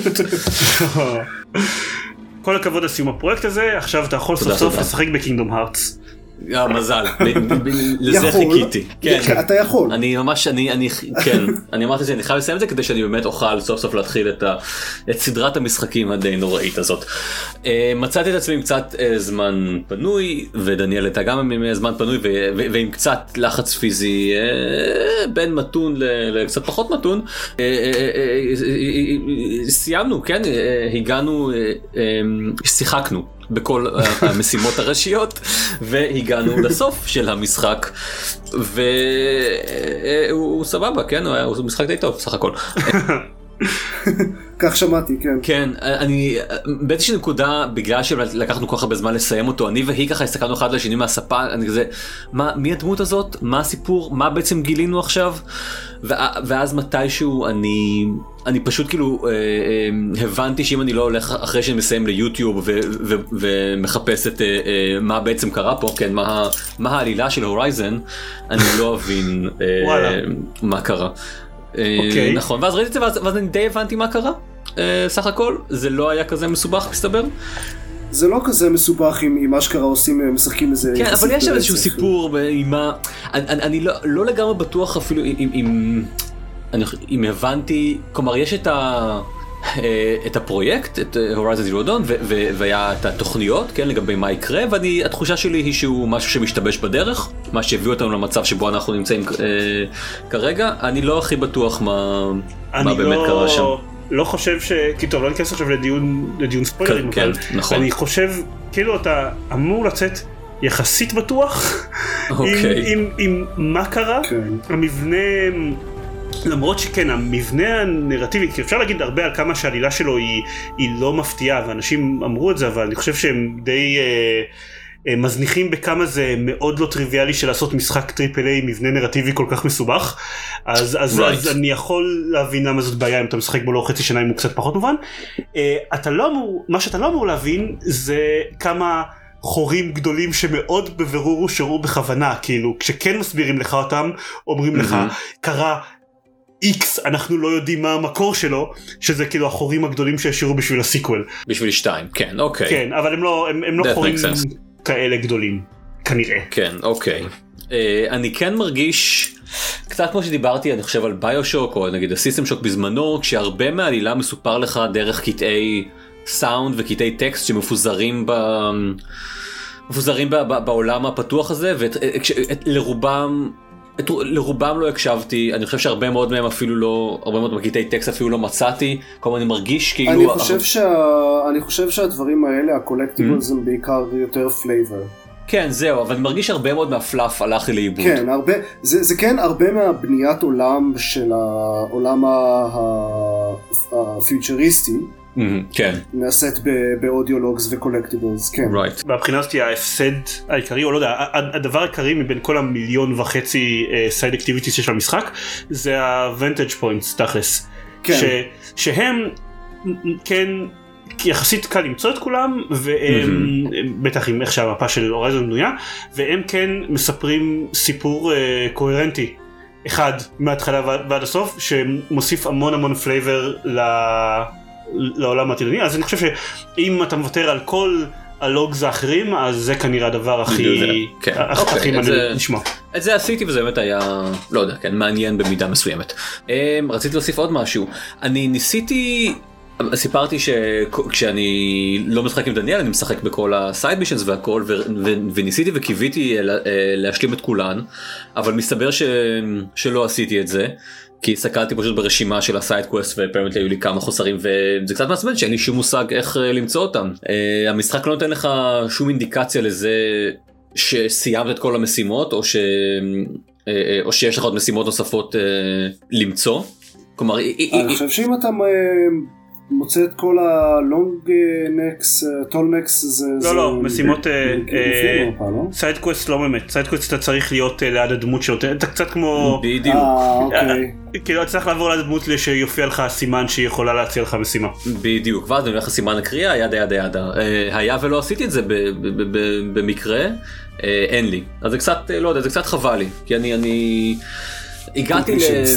כל הכבוד על סיום הפרויקט הזה, עכשיו אתה יכול סוף סוף לשחק בקינגדום הארטס. מזל, לזה חיכיתי. אתה יכול. אני ממש, כן, אני אמרתי שאני חייב לסיים את זה כדי שאני באמת אוכל סוף סוף להתחיל את סדרת המשחקים הדי נוראית הזאת. מצאתי את עצמי עם קצת זמן פנוי, ודניאל הייתה גם עם זמן פנוי, ועם קצת לחץ פיזי בין מתון לקצת פחות מתון. סיימנו, כן, הגענו, שיחקנו בכל המשימות הראשיות והגענו לסוף של המשחק והוא סבבה, כן, הוא משחק די טוב סך הכל. כך שמעתי, כן. כן, אני באיזושהי נקודה, בגלל שלקחנו כל כך הרבה זמן לסיים אותו, אני והיא ככה הסתכלנו אחד לשני מהספה, אני כזה, מי הדמות הזאת? מה הסיפור? מה בעצם גילינו עכשיו? ואז מתישהו אני פשוט כאילו הבנתי שאם אני לא הולך אחרי שאני מסיים ליוטיוב ומחפש את מה בעצם קרה פה, כן, מה העלילה של הורייזן, אני לא אבין מה קרה. נכון, ואז ראיתי את זה ואז אני די הבנתי מה קרה. סך הכל זה לא היה כזה מסובך, מסתבר. זה לא כזה מסובך עם מה שקרה עושים, משחקים איזה... כן, אבל יש שם איזשהו סיפור עם מה... אני לא לגמרי בטוח אפילו אם הבנתי, כלומר יש את הפרויקט, את Horizon Zero Dawn, והיה את התוכניות, כן, לגבי מה יקרה, והתחושה שלי היא שהוא משהו שמשתבש בדרך, מה שהביא אותנו למצב שבו אנחנו נמצאים כרגע. אני לא הכי בטוח מה באמת קרה שם. לא חושב כי טוב, לא ניכנס עכשיו לדיון ספוילרים, אבל אני חושב כאילו אתה אמור לצאת יחסית בטוח עם מה קרה, המבנה, למרות שכן, המבנה הנרטיבי, כי אפשר להגיד הרבה על כמה שהעלילה שלו היא לא מפתיעה, ואנשים אמרו את זה, אבל אני חושב שהם די מזניחים בכמה זה מאוד לא טריוויאלי של לעשות משחק טריפל איי עם מבנה נרטיבי כל כך מסובך, אז אני יכול להבין למה זאת בעיה אם אתה משחק בו לא חצי שנה אם הוא קצת פחות מובן. מה שאתה לא אמור להבין זה כמה חורים גדולים שמאוד בבירור הושארו בכוונה, כאילו כשכן מסבירים לך אותם אומרים לך קרה X, אנחנו לא יודעים מה המקור שלו, שזה כאילו החורים הגדולים שהשאירו בשביל הסיקוול. בשביל 2, כן, אוקיי. כן, אבל הם לא חורים כאלה גדולים, כנראה. כן, אוקיי. אני כן מרגיש, קצת כמו שדיברתי, אני חושב על ביושוק, או נגיד הסיסטם שוק בזמנו, כשהרבה מהעלילה מסופר לך דרך קטעי סאונד וקטעי טקסט שמפוזרים בעולם הפתוח הזה, לרובם לא הקשבתי, אני חושב שהרבה מאוד מהם אפילו לא, הרבה מאוד מקטעי טקסט אפילו לא מצאתי, כלומר אני מרגיש כאילו... אני חושב שהדברים האלה, הקולקטיבלס הם בעיקר יותר פלייבר. כן, זהו, אבל אני מרגיש הרבה מאוד מהפלאף הלך לי לאיבוד. כן, זה כן הרבה מהבניית עולם של העולם הפיוטריסטי. כן. נעשית באודיולוגס וקולקטיבלס, כן. מהבחינה הזאת ההפסד העיקרי, או לא יודע, הדבר העיקרי מבין כל 1.5 מיליון סייד אקטיביטיז שיש למשחק, זה ה-Vantage Points תכלס. כן. שהם כן יחסית קל למצוא את כולם, והם בטח עם איך שהמפה של הורייזון בנויה, והם כן מספרים סיפור קוהרנטי. אחד מההתחלה ועד הסוף, שמוסיף המון פלייבר לעולם העתידני. אז אני חושב שאם אתה מוותר על כל הלוגס האחרים, אז זה כנראה הדבר הכי מעניין לשמוע. את זה עשיתי וזה באמת היה, לא יודע, כן, מעניין במידה מסוימת. רציתי להוסיף עוד משהו. אני ניסיתי, סיפרתי שכשאני לא משחק עם דניאל, אני משחק בכל הסייד מישנס והכל, וניסיתי וקיוויתי להשלים את כולן, אבל מסתבר שלא עשיתי את זה. כי הסתכלתי פשוט ברשימה של הסייד קווסט ופרמנט היו לי כמה חוסרים וזה קצת מעצבן שאין לי שום מושג איך למצוא אותם. המשחק לא נותן לך שום אינדיקציה לזה שסיימת את כל המשימות או שיש לך עוד משימות נוספות למצוא. כלומר, אני חושב שאם אתה מוצא את כל הלונג נקס, טול נקס, זה... לא, משימות סייד קווסט לא באמת, סייד קווסט אתה צריך להיות ליד הדמות שלו, אתה קצת כמו... בדיוק. אוקיי. כאילו אתה צריך לעבור ליד הדמות שיופיע לך סימן שהיא יכולה להציע לך משימה. בדיוק, ואז אני הולך לסימן הקריאה, ידה. היה ולא עשיתי את זה במקרה, אין לי. אז זה קצת, לא יודע, זה קצת חבל לי, כי אני... הגעתי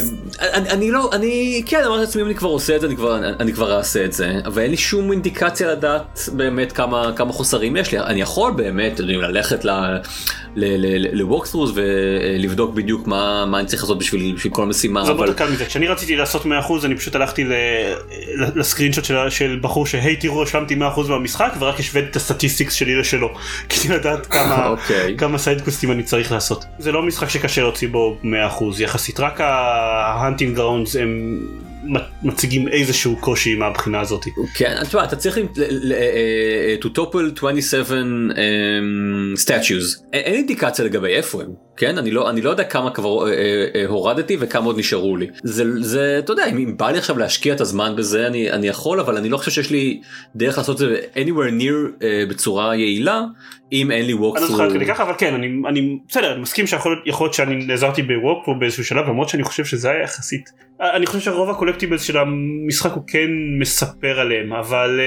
כן, אמרתי לעצמי, אם אני כבר עושה את זה, אני כבר אעשה את זה, אבל אין לי שום אינדיקציה לדעת באמת כמה חוסרים יש לי. אני יכול באמת ללכת ל-walkthroughs ולבדוק בדיוק מה אני צריך לעשות בשביל כל משימה. זה מאוד קל מזה, כשאני רציתי לעשות 100% אני פשוט הלכתי לסקרינשוט של בחור שהי תראו, השלמתי 100% מהמשחק ורק השוויתי את הסטטיסטיקס שלי לשלו, כדי לדעת כמה סייד קווסטים אני צריך לעשות. זה לא משחק שקשה להוציא בו 100% יחסית, רק ה-Hunting Grounds הם מציגים איזשהו קושי מהבחינה הזאת. כן, אתה צריך to topple 27 statues. אין אינדיקציה לגבי איפה הם, כן? אני לא יודע כמה כבר הורדתי וכמה עוד נשארו לי. זה, אתה יודע, אם בא לי עכשיו להשקיע את הזמן בזה, אני יכול, אבל אני לא חושב שיש לי דרך לעשות את זה anywhere near בצורה יעילה, אם אין לי walkthrough. אני לא זוכר כדי ככה, אבל כן, אני בסדר, אני מסכים שיכול להיות שאני נעזרתי ב-walkthrough באיזשהו שלב, למרות שאני חושב שזה היה יחסית. אני חושב שרוב הקולקטיבלס של המשחק הוא כן מספר עליהם, אבל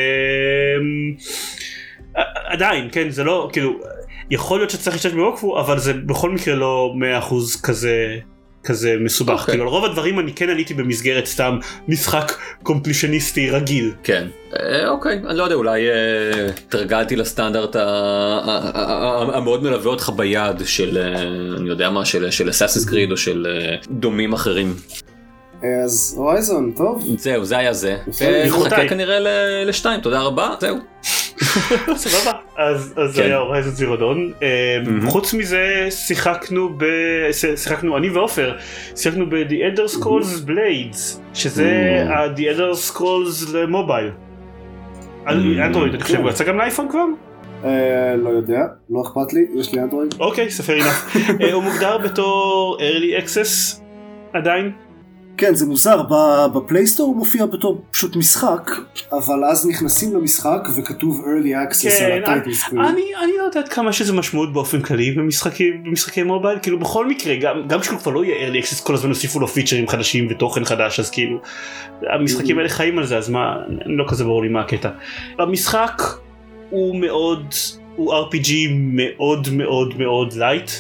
עדיין, כן, זה לא, כאילו, יכול להיות שצריך להשתמש ב-walkthrough, אבל זה בכל מקרה לא 100% כזה מסובך. כאילו, על רוב הדברים אני כן עליתי במסגרת סתם משחק קומפלישניסטי רגיל. כן, אוקיי, אני לא יודע, אולי תרגלתי לסטנדרט המאוד מלווה אותך ביד של, אני יודע מה, של Assassin's Creed או של דומים אחרים. אז הורייזון, טוב. זהו, זה היה זה. נחכה כנראה לשתיים, תודה רבה, זהו. סבבה, אז זה היה הורייזון זירו דון. חוץ מזה שיחקנו, אני ואופר, שיחקנו ב-The Elder Scrolls Blades, שזה ה-The Elder Scrolls למובייל. אנדרואיד, אני חושב, הוא יצא גם לאייפון כבר? לא יודע, לא אכפת לי, יש לי אנדרואיד. אוקיי, ספר אינף. הוא מוגדר בתור Early Access עדיין. כן, זה מוזר, בפלייסטור הוא מופיע בתור פשוט משחק, אבל אז נכנסים למשחק וכתוב Early Access על הטייטל סקרין. אני לא יודעת כמה שזה משמעות באופן כללי במשחקי מובייל, כאילו בכל מקרה, גם כשהוא כבר לא יהיה Early Access, כל הזמן הוסיפו לו פיצ'רים חדשים ותוכן חדש, אז כאילו, המשחקים האלה חיים על זה, אז מה, אני לא כזה ברור לי מה הקטע. המשחק הוא הוא RPG מאוד מאוד מאוד לייט.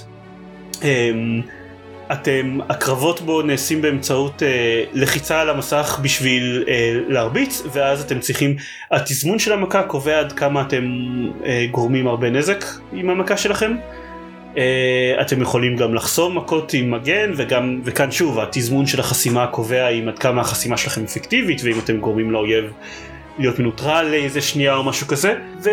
הקרבות בו נעשים באמצעות לחיצה על המסך בשביל להרביץ, ואז אתם צריכים, התזמון של המכה קובע עד כמה אתם גורמים הרבה נזק עם המכה שלכם. אתם יכולים גם לחסום מכות עם מגן, וכאן שוב התזמון של החסימה קובע עם עד כמה החסימה שלכם אפקטיבית, ואם אתם גורמים לאויב להיות מנוטרל לאיזה שנייה או משהו כזה.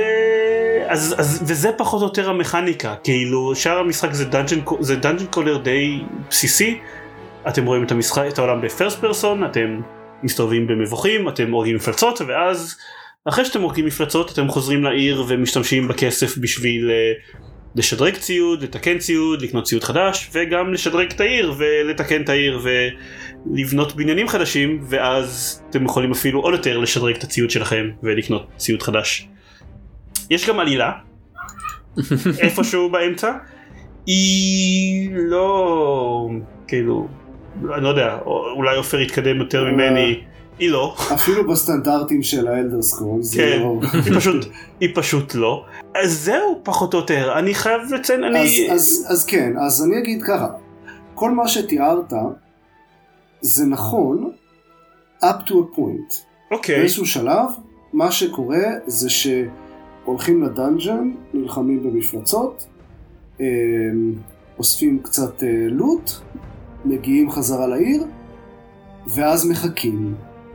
וזה פחות או יותר המכניקה, כאילו שאר המשחק זה דאנג'ן קולר די בסיסי. אתם רואים את העולם בפרסט פרסון, אתם מסתובבים במבוכים, אתם הורגים מפלצות, ואז אחרי שאתם הורגים מפלצות אתם חוזרים לעיר ומשתמשים בכסף בשביל לשדרג ציוד, לתקן ציוד, לקנות ציוד חדש, וגם לשדרג את העיר ולתקן את העיר ולבנות בניינים חדשים, ואז אתם יכולים אפילו עוד יותר לשדרג את הציוד שלכם ולקנות ציוד חדש. יש גם עלילה איפשהו באמצע, היא לא, כאילו, אני לא יודע, אולי אופר יתקדם יותר ממני, היא לא. אפילו בסטנדרטים של האלדר סקרולס, זה לא. היא פשוט לא. אז זהו פחות או יותר, אני חייב לציין, אז כן, אז אני אגיד ככה, כל מה שתיארת זה נכון up to a point. אוקיי. באיזשהו שלב, מה שקורה זה שהולכים לדאנג'ן, נלחמים במפלצות, אוספים קצת לוט, מגיעים חזרה לעיר, ואז מחכים.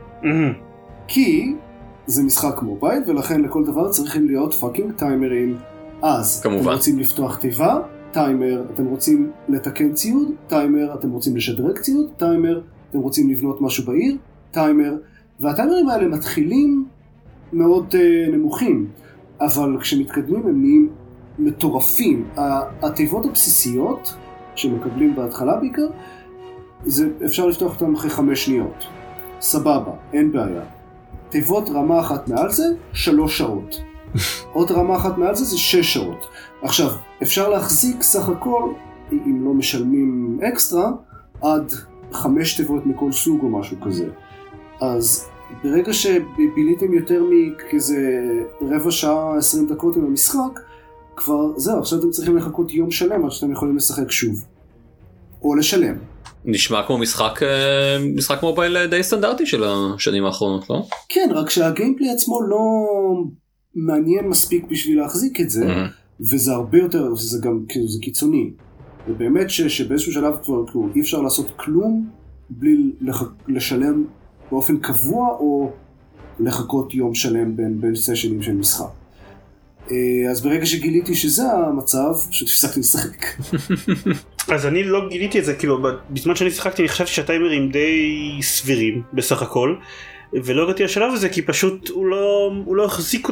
כי זה משחק מובייל, ולכן לכל דבר צריכים להיות פאקינג טיימרים. אז כמובן. אתם רוצים לפתוח תיבה, טיימר, אתם רוצים לתקן ציוד, טיימר, אתם רוצים לשדרג ציוד, טיימר, אתם רוצים לבנות משהו בעיר, טיימר, והטיימרים האלה מתחילים מאוד נמוכים, אבל כשמתקדמים הם נהיים מטורפים. התיבות הבסיסיות שמקבלים בהתחלה בעיקר, אפשר לפתוח אותם אחרי 5 שניות. סבבה, אין בעיה. תיבות רמה אחת מעל זה, 3 שעות. עוד רמה אחת מעל זה, 6 שעות. עכשיו, אפשר להחזיק סך הכל, אם לא משלמים אקסטרה, עד 5 תיבות מכל סוג או משהו כזה. אז ברגע שביליתם יותר מכזה רבע שעה, 20 דקות עם המשחק, כבר זהו, עכשיו אתם צריכים לחכות יום שלם עד שאתם יכולים לשחק שוב. או לשלם. נשמע כמו משחק מובייל די סטנדרטי של השנים האחרונות, לא? כן, רק שהגיימפלי עצמו לא מעניין מספיק בשביל להחזיק את זה, וזה הרבה יותר, זה גם כאילו זה קיצוני. ובאמת שבאיזשהו שלב כבר אי אפשר לעשות כלום בלי לשלם באופן קבוע או לחכות יום שלם בין סשנים של משחק. אז ברגע שגיליתי שזה המצב, פשוט הפסקתי לשחק. אז אני לא גיליתי את זה, כאילו, בזמן שאני שיחקתי אני חשבתי שהטיימרים די סבירים בסך הכל, ולא הגעתי לשלב הזה כי פשוט הוא לא החזיק,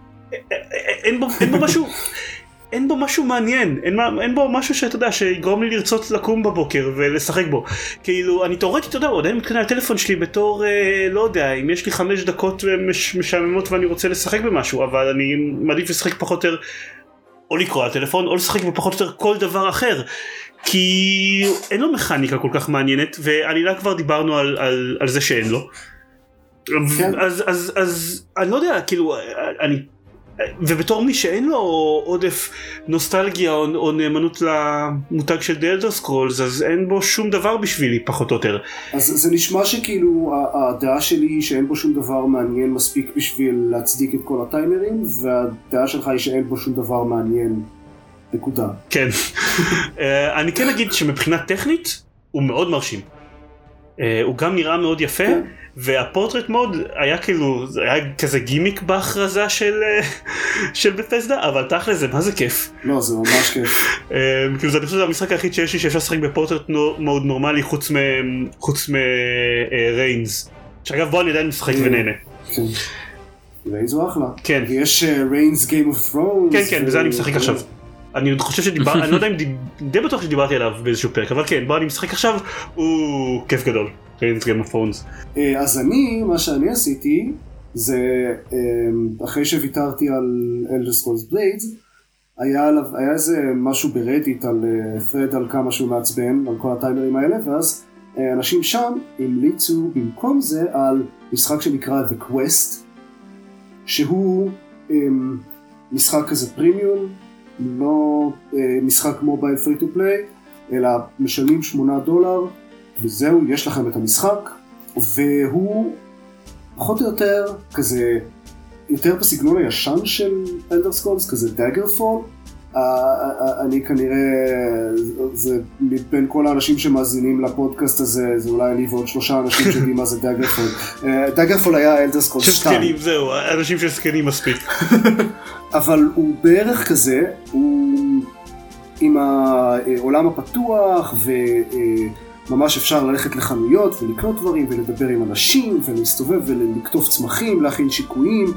אין בו משהו מעניין, אין בו משהו שאתה יודע שיגרום לי לרצות לקום בבוקר ולשחק בו. כאילו אני תאורטית, אתה יודע, עדיין מתקנה הטלפון שלי בתור, לא יודע, אם יש לי 5 דקות משעממות ואני רוצה לשחק במשהו, אבל אני מעדיף לשחק פחות או יותר או לקרוא על הטלפון או לשחק בפחות או יותר כל דבר אחר, כי אין לו מכניקה כל כך מעניינת, ועלילה כבר דיברנו על זה שאין לו. אז אני לא יודע, כאילו ובתור מי שאין לו עודף נוסטלגיה או נאמנות למותג של The Elder Scrolls, אז אין בו שום דבר בשבילי פחות או יותר. אז זה נשמע שכאילו הדעה שלי היא שאין בו שום דבר מעניין מספיק בשביל להצדיק את כל הטיימרים, והדעה שלך היא שאין בו שום דבר מעניין, נקודה. כן. אני כן אגיד שמבחינה טכנית הוא מאוד מרשים. הוא גם נראה מאוד יפה, כן. והפורטרט מוד היה כאילו, היה כזה גימיק בהכרזה של בתסדה, אבל תכל'ס זה מה זה כיף. לא, זה ממש כיף. כאילו אני חושב שזה המשחק היחיד שיש לי שאפשר לשחק בפורטרט מוד נורמלי חוץ מריינס. שאגב בוא אני עדיין משחק ונהנה. כן. ריינס הוא אחלה. כן. ויש ריינס Game of Thrones. כן, כן, וזה אני משחק עכשיו. אני חושב שדיברתי, אני לא יודע אם די בטוח שדיברתי עליו באיזשהו פרק, אבל כן, בוא אני משחק עכשיו, הוא כיף גדול. אז מה שאני עשיתי זה אחרי שוויתרתי על Elder Scrolls Blades, היה איזה משהו ברדיט על thread על כמה שהוא מעצבן על כל הטיימרים האלה, ואז אנשים שם המליצו במקום זה על משחק שנקרא The Quest, שהוא משחק כזה פרימיום, לא משחק מובייל פרי טו פליי, אלא משלמים $8, וזהו, יש לכם את המשחק, והוא פחות או יותר כזה, יותר בסגנון הישן של אלדר סקרולס, כזה דאגרפול. אני כנראה, זה בין כל האנשים שמאזינים לפודקאסט הזה, זה אולי אני ועוד 3 אנשים שיודעים מה זה דאגרפול. דאגרפול היה אלדר סקרולס 2. שסקנים, זהו, אנשים שסקנים מספיק. אבל הוא בערך כזה, הוא עם העולם הפתוח, וממש אפשר ללכת לחנויות ולקנות דברים ולדבר עם אנשים ולהסתובב ולקטוף צמחים, להכין שיקויים,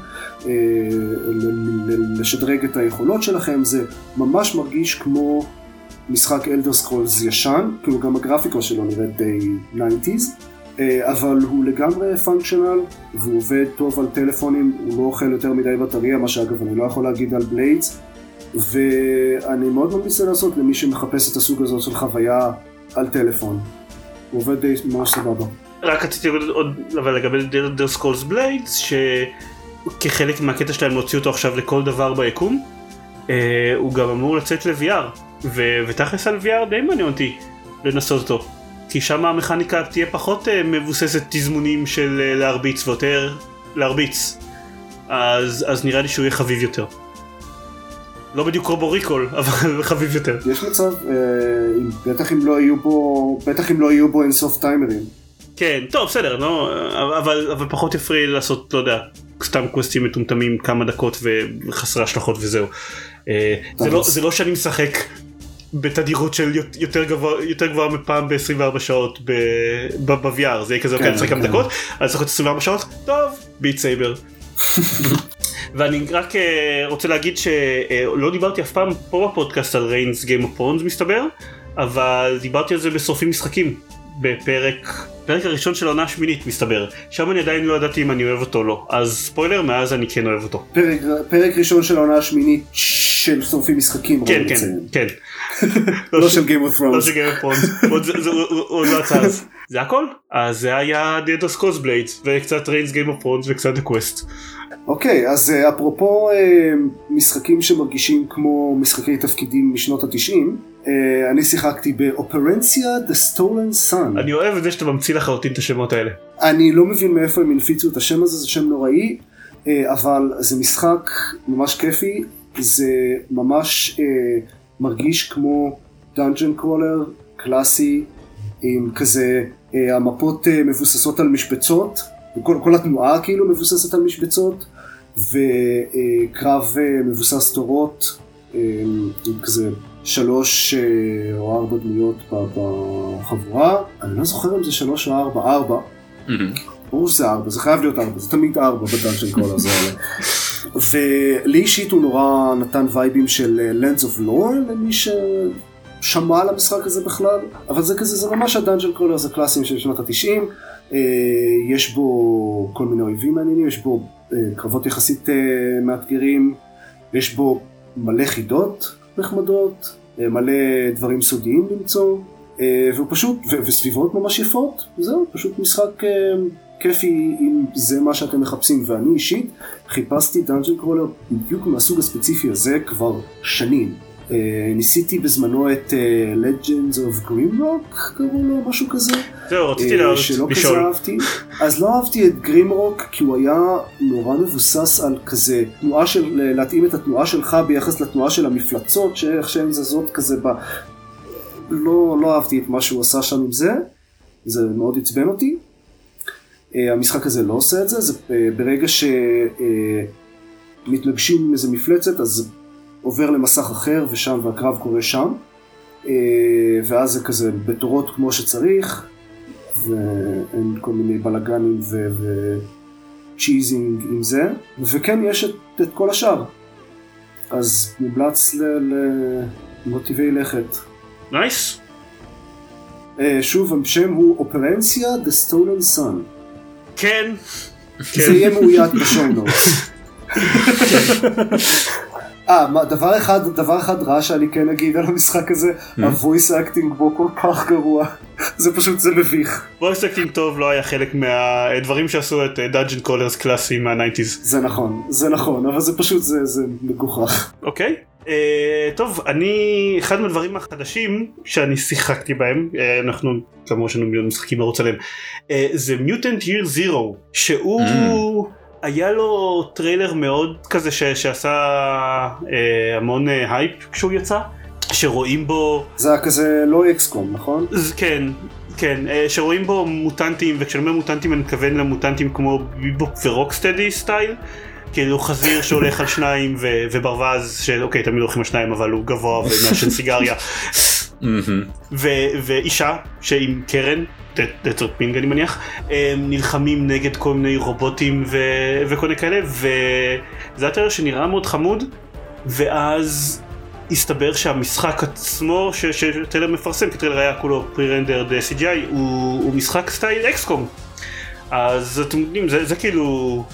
לשדרג את היכולות שלכם. זה ממש מרגיש כמו משחק אלדר סקרולס ישן, כאילו גם הגרפיקה שלו נראית די 90s, אבל הוא לגמרי פונקשיונל, והוא עובד טוב על טלפונים, הוא לא אוכל יותר מדי בטריה, מה שאגב אני לא יכול להגיד על בליידס, ואני מאוד ממליץ לעשות למי שמחפש את הסוג הזאת של חוויה על טלפון. הוא עובד די ממש סבבה. רק רציתי עוד לגבי Elder Scrolls Blades, שכחלק מהקטע שלהם להוציא אותו עכשיו לכל דבר ביקום, הוא גם אמור לצאת ל-VR, ותכלס על VR די מעניין אותי לנסות אותו, כי שם המכניקה תהיה פחות מבוססת תזמונים של להרביץ ויותר להרביץ, אז נראה לי שהוא יהיה חביב יותר. לא בדיוק רובו ריקול, אבל חביב יותר. יש מצב, בטח אם לא יהיו בו אינסוף טיימרים. כן, טוב, בסדר, אבל פחות יפריע לעשות, לא יודע, סתם קווסטים מטומטמים כמה דקות וחסרי השלכות וזהו. זה לא שאני משחק בתדירות של יותר גבוהה מפעם ב-24 שעות ב-VR, זה יהיה כזה, אוקיי, צריך כמה דקות, אז צריך 24 שעות, טוב, ביט סייבר. ואני רק רוצה להגיד שלא דיברתי אף פעם פה בפודקאסט על ריינס גיים אוף ת'רונס מסתבר, אבל דיברתי על זה בשורפים משחקים בפרק הראשון של העונה השמינית מסתבר, שם אני עדיין לא ידעתי אם אני אוהב אותו או לא, אז ספוילר, מאז אני כן אוהב אותו. פרק ראשון של העונה השמינית של שורפים משחקים. כן, כן. לא של גיים אוף ת'רונס. לא של גיים אוף ת'רונס, עוד לא הצעה. זה הכל? אז זה היה The Elder Scrolls Blades וקצת ריינס גיים אוף ת'רונס וקצת The Quest. אוקיי, אז אפרופו משחקים שמרגישים כמו משחקי תפקידים משנות ה-90, אני שיחקתי באופרנציה The Stolen Sun. אני אוהב את זה שאתה ממציא לחלוטין את השמות האלה. אני לא מבין מאיפה הם הנפיצו את השם הזה, זה שם נוראי, אבל זה משחק ממש כיפי, זה ממש מרגיש כמו דאנג'ן קרולר קלאסי, עם כזה המפות מבוססות על משבצות, כל התנועה כאילו מבוססת על משבצות, וקרב מבוסס תורות, עם כזה 3 או 4 דמויות בחבורה. אני לא זוכר אם זה 3 או 4, ברור שזה 4, זה חייב להיות 4, זה תמיד 4 בדאנג'ן קרולר הזה. ולי אישית הוא נורא נתן וייבים של Lands of Lore, למי ששמע על המשחק הזה בכלל, אבל זה כזה, זה ממש הדאנג'ן קרולר, זה קלאסים של שנות ה-90, יש בו כל מיני אויבים מעניינים, יש בו קרבות יחסית מאתגרים, יש בו מלא חידות נחמדות, מלא דברים סודיים למצוא, והוא פשוט, וסביבות ממש יפות, זהו, פשוט משחק כיפי אם זה מה שאתם מחפשים, ואני אישית חיפשתי דאנג'ן קרולר בדיוק מהסוג הספציפי הזה כבר שנים. ניסיתי בזמנו את Legends of Grimrock, קראו לו משהו כזה. זהו, רציתי שלא כזה אהבתי. אז לא אהבתי את Grimrock כי הוא היה נורא מבוסס על כזה תנועה של, להתאים את התנועה שלך ביחס לתנועה של המפלצות, שאיך שהן זזות כזה לא אהבתי את מה שהוא עשה שם עם זה. זה מאוד עצבן אותי. המשחק הזה לא עושה את זה, זה ברגע שמתנגשים עם איזה מפלצת, אז עובר למסך אחר ושם, והקרב קורה שם, ואז זה כזה בתורות כמו שצריך, ואין כל מיני בלגנים וצ'יזינג עם זה, וכן יש את כל השאר, אז מומלץ למוטיבי לכת. נייס. שוב, השם הוא אופרנציה The Stolen Sun. כן. זה יהיה מאוית בשואו נוטס. דבר אחד רע שאני כן אגיד על המשחק הזה, הוויס אקטינג בו כל כך גרוע, זה מביך. וויס אקטינג טוב לא היה חלק מהדברים שעשו את דאנג'ן קולרס קלאסי מה-90s. זה נכון, אבל זה פשוט, זה מגוחך. אוקיי. טוב, אחד מהדברים החדשים שאני שיחקתי בהם, אנחנו כמובן יש לנו מיליון משחקים לרוץ עליהם, זה Mutant Year Zero, שהוא היה לו טריילר מאוד כזה שעשה המון הייפ כשהוא יצא, שרואים בו... זה היה כזה לא אקסקום, נכון? כן, שרואים בו מוטנטים, וכשאני אומר מוטנטים אני מתכוון למוטנטים כמו ביבופ ורוקסטדי סטייל, כאילו חזיר שהולך על שניים וברווז שאוקיי תמיד הולכים על שניים אבל הוא גבוה ומעשן סיגריה ואישה שעם קרן דטרות פינג אני מניח נלחמים נגד כל מיני רובוטים וכל מיני כאלה, וזה הטריילר שנראה מאוד חמוד, ואז הסתבר שהמשחק עצמו שטריילר מפרסם, כי טריילר היה כולו pre-rendered CGI, הוא משחק סטייל אקסקום. אז אתם יודעים, זה כאילו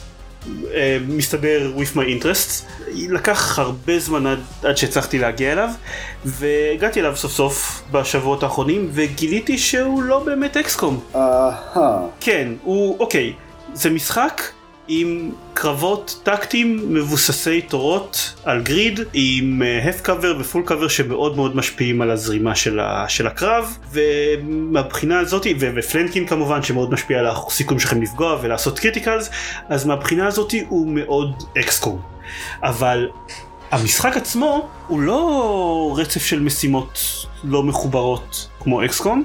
מסתדר with my interests. לקח הרבה זמן עד שהצלחתי להגיע אליו, והגעתי אליו סוף סוף בשבועות האחרונים, וגיליתי שהוא לא באמת אקסקום. כן, אוקיי, זה משחק עם קרבות טקטיים מבוססי תורות על גריד, עם half cover ופול cover שמאוד מאוד משפיעים על הזרימה של הקרב, ומהבחינה הזאת, ופלנקין כמובן שמאוד משפיע על הסיכום שלכם לפגוע ולעשות קריטיקלס, אז מהבחינה הזאת הוא מאוד אקסקום. אבל המשחק עצמו הוא לא רצף של משימות לא מחוברות כמו אקסקום,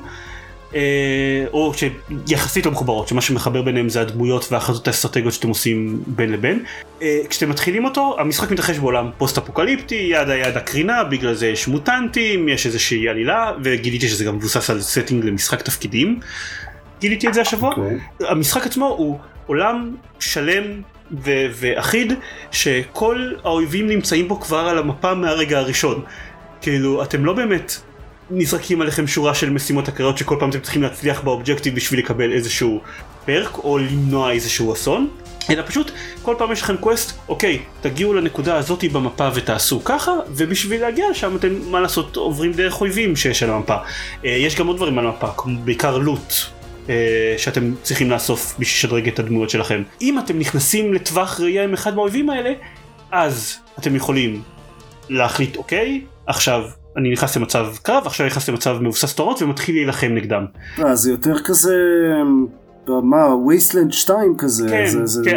או שיחסית לא מחוברות, שמה שמחבר ביניהם זה הדמויות וההחלטות האסטרטגיות שאתם עושים בין לבין. כשאתם מתחילים אותו, המשחק מתרחש בעולם פוסט-אפוקליפטי, יד הקרינה, בגלל זה יש מוטנטים, יש איזושהי עלילה, וגיליתי שזה גם מבוסס על סטינג למשחק תפקידים. גיליתי את זה השבוע. המשחק עצמו הוא עולם שלם ואחיד, שכל האויבים נמצאים בו כבר על המפה מהרגע הראשון. כאילו, אתם לא באמת נזרקים עליכם שורה של משימות הקריות שכל פעם אתם צריכים להצליח באובג'קטיב בשביל לקבל איזשהו פרק או למנוע איזשהו אסון, אלא פשוט כל פעם יש לכם קווסט, אוקיי, תגיעו לנקודה הזאת במפה ותעשו ככה, ובשביל להגיע לשם אתם, מה לעשות, עוברים דרך אויבים שיש על המפה. יש גם עוד דברים על המפה, כמו בעיקר לוט, שאתם צריכים לאסוף בשביל לשדרג את הדמויות שלכם. אם אתם נכנסים לטווח ראייה עם אחד מהאויבים האלה, אז אתם יכולים להחליט, אוקיי, עכשיו אני נכנס למצב קרב, עכשיו נכנס למצב מבוסס תורות ומתחיל להילחם נגדם. זה יותר כזה, ווייסטלנד 2 כזה, זה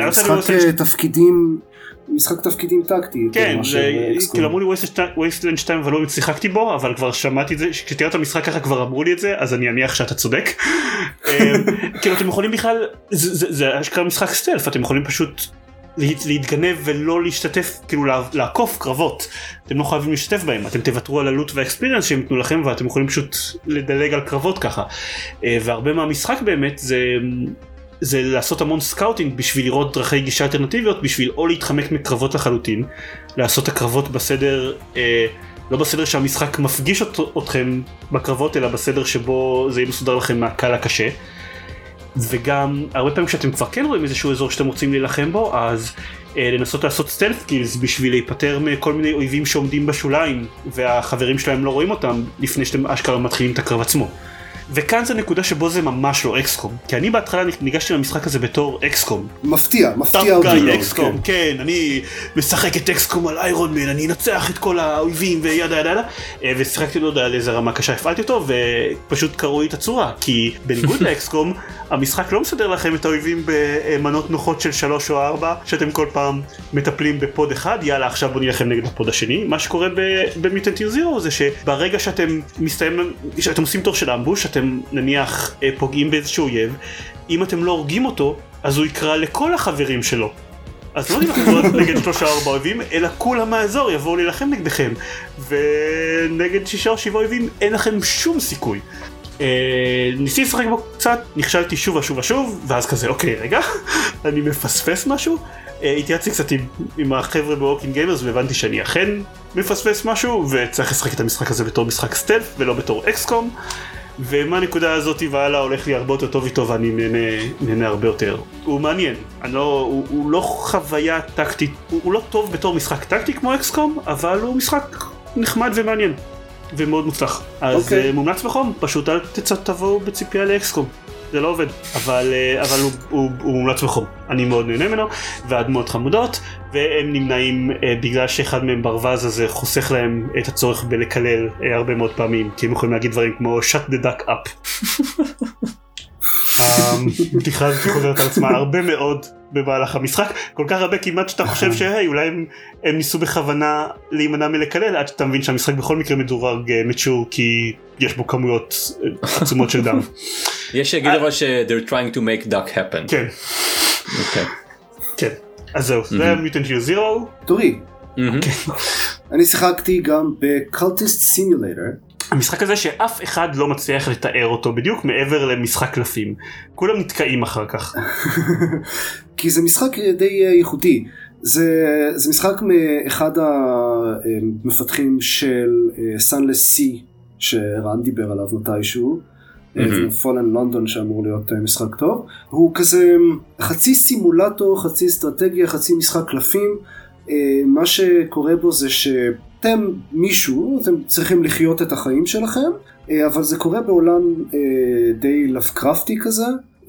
משחק תפקידים טקטי. כן, כאילו אמרו לי ווייסטלנד 2 אבל לא שיחקתי בו, אבל כבר שמעתי את זה, כשתראה את המשחק ככה כבר אמרו לי את זה, אז אני אניח שאתה צודק. כאילו אתם יכולים בכלל, זה אשכרה משחק סטלף, אתם יכולים פשוט להתגנב ולא להשתתף, כאילו לעקוף קרבות, אתם לא חייבים להשתתף בהם, אתם תוותרו על הלוט והאקספיריאנס שהם יתנו לכם ואתם יכולים פשוט לדלג על קרבות ככה. והרבה מהמשחק באמת זה לעשות המון סקאוטינג בשביל לראות דרכי גישה אלטרנטיביות, בשביל או להתחמק מקרבות לחלוטין, לעשות את הקרבות בסדר, לא בסדר שהמשחק מפגיש אתכם בקרבות, אלא בסדר שבו זה יהיה מסודר לכם מהקל הקשה. וגם הרבה פעמים כשאתם כבר כן רואים איזשהו אזור שאתם רוצים להילחם בו, אז לנסות לעשות סטלף קילס בשביל להיפטר מכל מיני אויבים שעומדים בשוליים והחברים שלהם לא רואים אותם לפני שאתם אשכרה מתחילים את הקרב עצמו. וכאן זה נקודה שבו זה ממש לא אקסקום, כי אני בהתחלה ניגשתי למשחק הזה בתור אקסקום. מפתיע אקסקום, כן, אני משחק את אקסקום על איירון מן, אני אנצח את כל האויבים וידה ידה, ושיחקתי לא יודע על איזה רמה קשה הפעלתי אותו, ופשוט קראו לי את הצורה, כי בניגוד לאקסקום, המשחק לא מסדר לכם את האויבים במנות נוחות של 3 או 4, שאתם כל פעם מטפלים בפוד אחד, יאללה עכשיו בוא נלחם נגד הפוד השני. מה שקורה במיוטנט ייר זירו זה שברגע שאתם עושים תור של אמבוש, אתם נניח פוגעים באיזשהו אויב, אם אתם לא הורגים אותו, אז הוא יקרא לכל החברים שלו. אז לא נלחם נגד 3 או 4 אויבים, אלא כולם מהאזור יבואו להילחם נגדכם, ונגד 6 או 7 אויבים אין לכם שום סיכוי. ניסיתי לשחק בו קצת, נכשלתי שוב ושוב, ואז כזה אוקיי רגע, אני מפספס משהו. התייעצתי קצת עם החבר'ה בווקינג גיימרס והבנתי שאני אכן מפספס משהו, וצריך לשחק את המשחק הזה בתור משחק סטלף ולא בתור אקסקום. ומהנקודה הזאת והלאה הולך לי הרבה יותר טוב איתו ואני נהנה הרבה יותר. הוא מעניין, הוא לא חוויה טקטית, הוא לא טוב בתור משחק טקטי כמו אקסקום, אבל הוא משחק נחמד ומעניין ומאוד מוצלח. אז מומלץ בחום, פשוט אל תבואו בציפייה לאקסקום, זה לא עובד, אבל הוא מומלץ בחום, אני מאוד נהנה ממנו, והדמות חמודות, והם נמנעים בגלל שאחד מהם ברווז הזה חוסך להם את הצורך בלקלל הרבה מאוד פעמים, כי הם יכולים להגיד דברים כמו shut the duck up. הבדיחה הזאת חוזרת על עצמה הרבה מאוד במהלך המשחק, כל כך הרבה כמעט שאתה חושב שאולי הם ניסו בכוונה להימנע מלקלל, עד שאתה מבין שהמשחק בכל מקרה מדורג מצ'ור, כי יש בו כמויות עצומות של דם. יש שיגיד אבל they're trying to make duck happen. כן. כן. אז זהו, זה היה Mutant Year Zero. תורי. אני שיחקתי גם ב-Cultist Simulator. המשחק הזה שאף אחד לא מצליח לתאר אותו בדיוק מעבר למשחק קלפים. כולם נתקעים אחר כך. כי זה משחק די ייחודי. זה משחק מאחד המפתחים של Sunless Sea, שרן דיבר עליו מתישהו. Fallen London שאמור להיות משחק טוב. הוא כזה חצי סימולטור, חצי אסטרטגיה, חצי משחק קלפים. מה שקורה בו זה שאתם מישהו, אתם צריכים לחיות את החיים שלכם, אבל זה קורה בעולם די לבקרפטי כזה,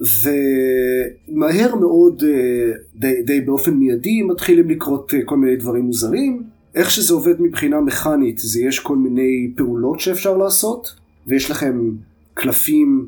ומהר מאוד, די באופן מיידי, מתחילים לקרות כל מיני דברים מוזרים. איך שזה עובד מבחינה מכנית, זה יש כל מיני פעולות שאפשר לעשות, ויש לכם קלפים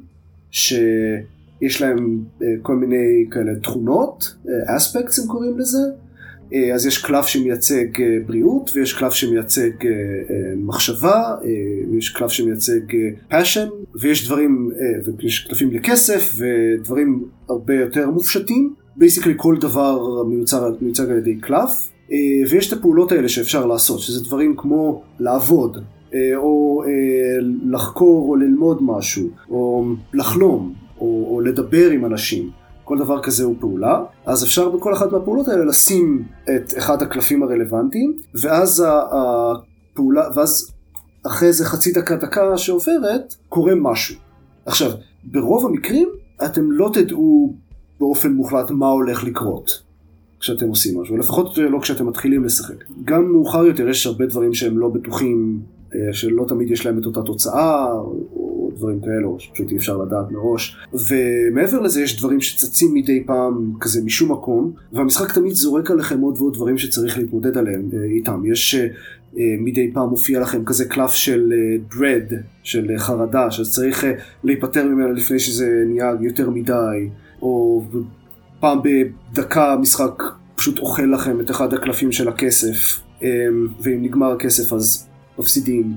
שיש להם כל מיני כאלה תכונות, aspects הם קוראים לזה. אז יש קלף שמייצג בריאות, ויש קלף שמייצג מחשבה, ויש קלף שמייצג passion, ויש דברים, ויש קלפים לכסף, ודברים הרבה יותר מופשטים. basically כל דבר מיוצג על ידי קלף, ויש את הפעולות האלה שאפשר לעשות, שזה דברים כמו לעבוד, או לחקור או ללמוד משהו, או לחלום, או לדבר עם אנשים. כל דבר כזה הוא פעולה, אז אפשר בכל אחת מהפעולות האלה לשים את אחד הקלפים הרלוונטיים, ואז הפעולה, ואז אחרי זה חצי דקה שעוברת, קורה משהו. עכשיו, ברוב המקרים, אתם לא תדעו באופן מוחלט מה הולך לקרות כשאתם עושים משהו, לפחות לא כשאתם מתחילים לשחק. גם מאוחר יותר יש הרבה דברים שהם לא בטוחים, שלא תמיד יש להם את אותה תוצאה, או דברים כאלו, שפשוט אי אפשר לדעת מראש. ומעבר לזה יש דברים שצצים מדי פעם כזה משום מקום, והמשחק תמיד זורק עליכם עוד ועוד דברים שצריך להתמודד עליהם איתם. יש מדי פעם מופיע לכם כזה קלף של dread, של חרדה, שצריך להיפטר ממנה לפני שזה נהיה יותר מדי, או פעם בדקה המשחק פשוט אוכל לכם את אחד הקלפים של הכסף, ואם נגמר הכסף אז מפסידים,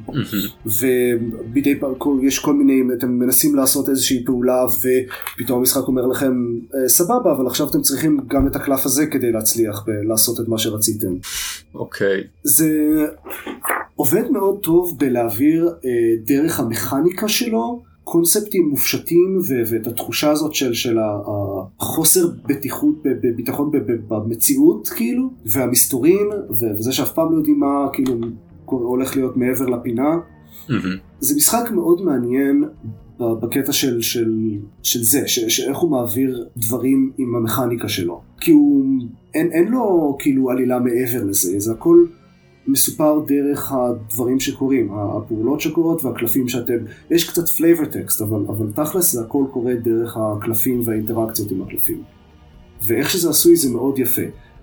ובידי פעם יש כל מיני, אתם מנסים לעשות איזושהי פעולה ופתאום המשחק אומר לכם סבבה, אבל עכשיו אתם צריכים גם את הקלף הזה כדי להצליח לעשות את מה שרציתם. אוקיי. זה עובד מאוד טוב בלהעביר דרך המכניקה שלו קונספטים מופשטים, ואת התחושה הזאת של החוסר ביטחון במציאות כאילו, והמסתורים, וזה שאף פעם לא יודעים מה כאילו הולך להיות מעבר לפינה. זה משחק מאוד מעניין בקטע של זה, שאיך הוא מעביר דברים עם המכניקה שלו. כי אין לו כאילו עלילה מעבר לזה, זה הכל מסופר דרך הדברים שקורים, הפעולות שקורות והקלפים שאתם, יש קצת flavor text, אבל תכלס זה הכל קורה דרך הקלפים והאינטראקציות עם הקלפים. ואיך שזה עשוי זה מאוד יפה.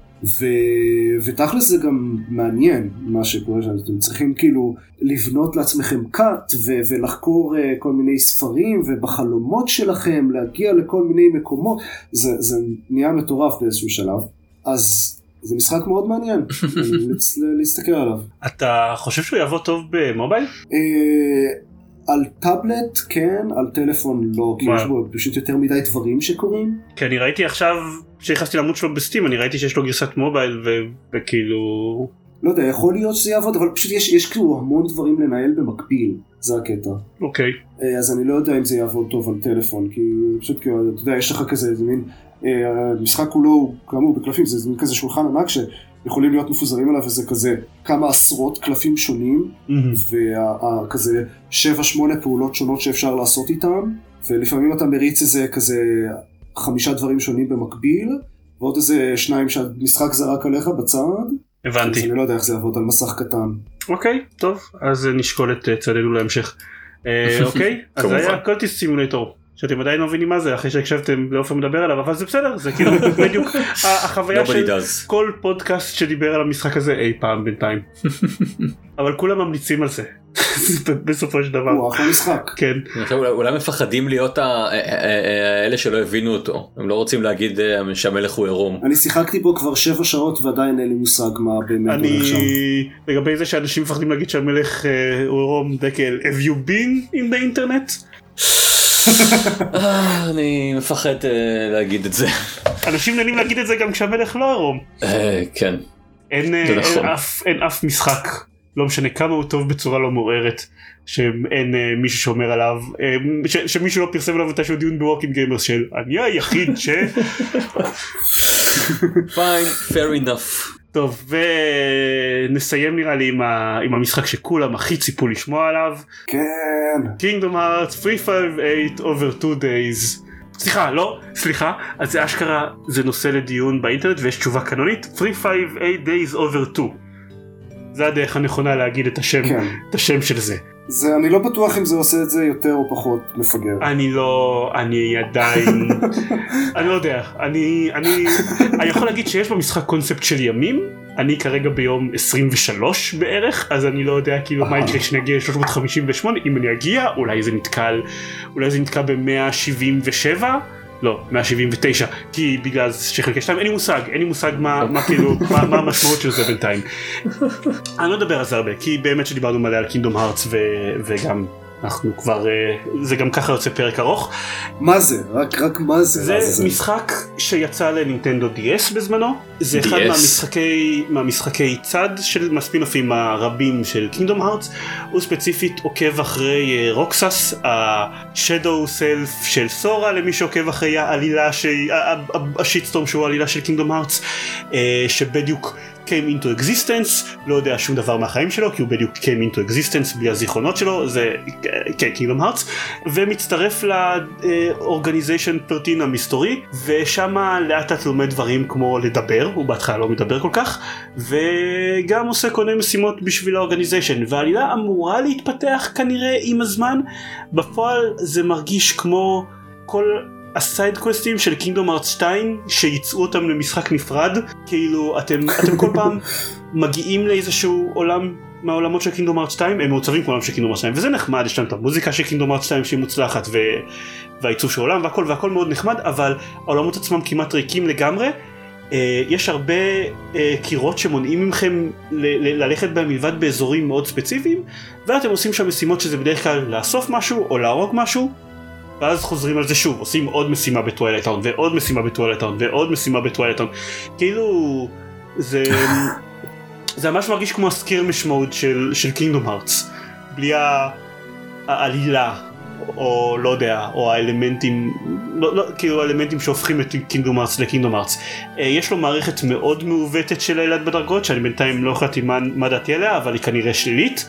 ותכלס זה גם מעניין מה שקורה שם, אתם צריכים כאילו לבנות לעצמכם קאט ולחקור כל מיני ספרים, ובחלומות שלכם להגיע לכל מיני מקומות, זה נהיה מטורף באיזשהו שלב. אז זה משחק מאוד מעניין, להסתכל עליו. אתה חושב שהוא יעבוד טוב במובייל? על טאבלט כן, על טלפון לא, כי יש בו פשוט יותר מדי דברים שקורים. כי אני ראיתי עכשיו, כשנכנסתי לעמוד שלו בסטים, אני ראיתי שיש לו גרסת מובייל וכאילו... לא יודע, יכול להיות שזה יעבוד, אבל פשוט יש כאילו המון דברים לנהל במקביל, זה הקטע. אוקיי. אז אני לא יודע אם זה יעבוד טוב על טלפון, כי פשוט, אתה יודע, יש לך כזה, זה מין... המשחק כולו, כאמור, בקלפים, זה מין כזה שולחן ענק יכולים להיות מפוזרים עליו, וזה כזה כמה עשרות קלפים שונים, וכזה 7-8 פעולות שונות שאפשר לעשות איתם, ולפעמים אתה מריץ איזה כזה 5 דברים שונים במקביל, ועוד איזה 2 שהמשחק זרק עליך בצד. הבנתי. אז אני לא יודע איך זה יעבוד על מסך קטן. אוקיי, טוב, אז נשקול את צעדינו להמשך. אוקיי, אז זה היה קולטיסט סימולטור, שאתם עדיין לא מבינים מה זה, אחרי שהקשבתם לאופן מדבר עליו, אבל זה בסדר, זה כאילו בדיוק החוויה של כל פודקאסט שדיבר על המשחק הזה אי פעם בינתיים. אבל כולם ממליצים על זה, בסופו של דבר. הוא אחלה משחק. כן. אולי מפחדים להיות אלה שלא הבינו אותו, הם לא רוצים להגיד שהמלך הוא עירום. אני שיחקתי בו כבר 7 שעות ועדיין אין לי מושג מה באמת הולך שם. לגבי זה שאנשים מפחדים להגיד שהמלך הוא עירום, דקל, have you been in the internet? אני מפחד להגיד את זה. אנשים נהנים להגיד את זה גם כשהמלך לא עירום. כן. אין אף משחק, לא משנה כמה הוא טוב בצורה לא מעוררת, שאין מישהו שאומר עליו, שמישהו לא פרסם עליו מתישהו דיון בווקינג גיימרס של אני היחיד ש... fine, fair enough. טוב, ונסיים נראה לי עם המשחק שכולם הכי ציפו לשמוע עליו. כן. Kingdom Hearts 358 over 2 days. סליחה, אז זה אשכרה, זה נושא לדיון באינטרנט ויש תשובה קנונית, 358 days over 2. זה הדרך הנכונה להגיד את השם של זה. אני לא בטוח אם זה עושה את זה יותר או פחות מפגר. אני עדיין, אני לא יודע, אני יכול להגיד שיש במשחק קונספט של ימים, אני כרגע ביום 23 בערך, אז אני לא יודע כאילו מה יקרה כשנגיע ל-358, אם אני אגיע, אולי זה נתקע ב-177, לא, 179, כי בגלל שחלקי 2 אין לי מושג מה כאילו, מה המשמעות של זה בינתיים. אני לא אדבר על זה הרבה, כי באמת שדיברנו מלא על קינגדום הארטס, וגם אנחנו כבר, זה גם ככה יוצא פרק ארוך. מה זה? רק מה זה? זה משחק שיצא לנינטנדו DS בזמנו, זה אחד מהמשחקי צד של הספינופים הרבים של קינגדום הארטס, הוא ספציפית עוקב אחרי רוקסס, השדו סלף של סורה, למי שעוקב אחרי העלילה, השיטסטורם שהוא העלילה של קינגדום הארטס, שבדיוק came into existence, לא יודע שום דבר מהחיים שלו, כי הוא בדיוק came into existence בלי הזיכרונות שלו, זה Kingdom Hearts, ומצטרף לאורגניזיישן פרטין המסתורי, ושם לאט לאט לומד דברים כמו לדבר, הוא בהתחלה לא מדבר כל כך, וגם עושה כל מיני משימות בשביל האורגניזיישן, והעלילה אמורה להתפתח כנראה עם הזמן, בפועל זה מרגיש כמו כל הסייד קווסטים של קינגדום הארטס 2 שיצאו אותם למשחק נפרד, כאילו אתם כל פעם מגיעים לאיזשהו עולם מהעולמות של קינגדום הארטס 2, הם מעוצבים כמו עולם של קינגדום הארטס 2, וזה נחמד, יש להם את המוזיקה של קינגדום הארטס 2 שהיא מוצלחת, והעיצוב של העולם והכל מאוד נחמד, אבל העולמות עצמם כמעט ריקים לגמרי, יש הרבה קירות שמונעים מכם ללכת בהם מלבד באזורים מאוד ספציפיים, ואתם עושים שם משימות שזה בדרך כלל לאסוף משהו או להרוג משהו, ואז חוזרים על זה שוב, עושים עוד משימה בטווילייט טאון, ועוד משימה בטווילייט טאון, ועוד משימה בטווילייט טאון. כאילו, זה ממש מרגיש כמו הסקיר משמעות של קינגדום הארטס. בלי העלילה, או לא יודע, או האלמנטים, כאילו האלמנטים שהופכים את קינגדום הארטס לקינגדום הארטס. יש לו מערכת מאוד מעוותת של העלת בדרגות, שאני בינתיים לא החלטתי מה דעתי עליה, אבל היא כנראה שלילית.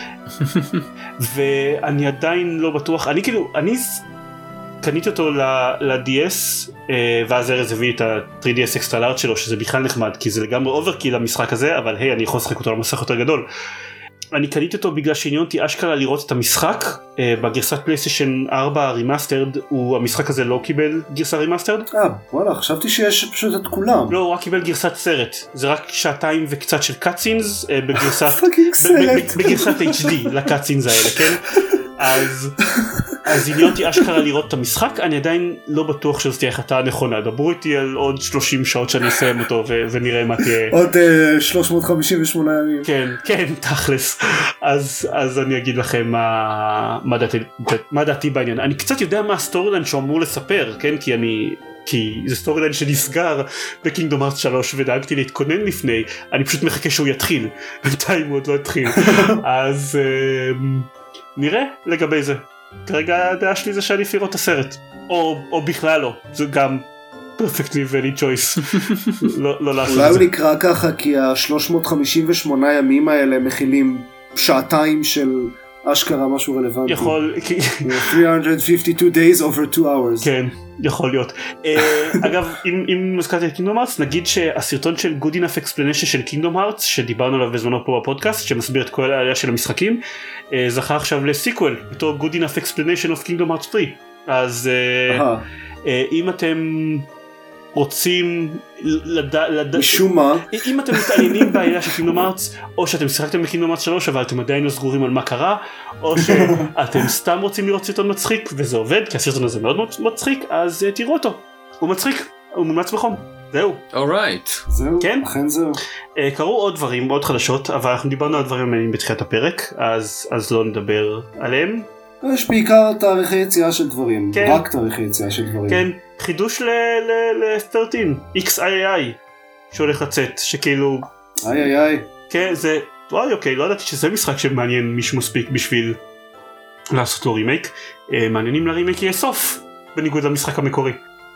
ואני עדיין לא בטוח, אני קניתי אותו ל-DS, ואז ארז הביא את ה-3DS Extra Large שלו, שזה בכלל נחמד, כי זה לגמרי אוברקיל למשחק הזה, אבל היי, אני יכול לשחק אותו על מסך יותר גדול. אני קניתי אותו בגלל שעניין אותי אשכרה לראות את המשחק, בגרסת פלייסטיישן 4 רימאסטרד, המשחק הזה לא קיבל גרסה רימאסטרד. וואלה, חשבתי שיש פשוט את כולם. לא, הוא רק קיבל גרסת סרט, זה רק 2 שעות וקצת של קאטסינס, בגרסת HD לקאטסינס האלה, כן? אז עניין אותי אשכרה לראות את המשחק, אני עדיין לא בטוח שזו תהיה החלטה נכונה, דברו איתי על עוד 30 שעות שאני אסיים אותו ונראה מה תהיה. עוד 358 ימים. כן, תכלס. אז אני אגיד לכם מה דעתי בעניין. אני קצת יודע מה הסטוריליין שהוא אמור לספר, כן? כי זה סטוריליין שנסגר בקינגדום הארטס 3 ודאגתי להתכונן לפני, אני פשוט מחכה שהוא יתחיל, בינתיים הוא עוד לא יתחיל. אז נראה לגבי זה. כרגע הדעה שלי זה שאני אפיר את הסרט, או בכלל לא, זה גם perfectly valid choice. לא לעשות אולי את הוא זה. נקרא ככה כי ה-358 ימים האלה מכילים שעתיים של אשכרה משהו רלוונטי. יכול, 352 days over 2 hours. כן, יכול להיות. אגב, אם הזכרתי את קינגדום הארטס, נגיד שהסרטון של Good Enough Explanation של קינגדום הארטס, שדיברנו עליו בזמנו פה בפודקאסט, שמסביר את כל העלייה של המשחקים, זכה עכשיו לסיקוול, בתור Good Enough Explanation of Kingdom Hearts 3. אז אם אתם רוצים משום מה, אם אתם מתעניינים בעלייה של קינגדום הארטס, או שאתם שיחקתם בקינגדום הארטס 3 אבל אתם עדיין לא סגורים על מה קרה, או שאתם סתם רוצים לראות סרטון מצחיק וזה עובד כי הסרטון הזה מאוד מצחיק, אז תראו אותו, הוא מצחיק, הוא מומלץ בחום. זהו. אורייט. זהו, כן? אכן זהו. קרו עוד דברים, עוד חדשות, אבל אנחנו דיברנו על דברים מעניינים בתחילת הפרק, אז לא נדבר עליהם. יש בעיקר תאריכי יציאה של דברים, כן. רק תאריכי יציאה של דברים. כן, חידוש ל-13, XII, שהולך לצאת, שכאילו... איי. כן, זה... וואי, אוקיי, לא ידעתי שזה משחק שמעניין מישהו מספיק בשביל לעשות לו רימייק. מעניינים לרימייק יהיה סוף, בניגוד למשחק המקורי.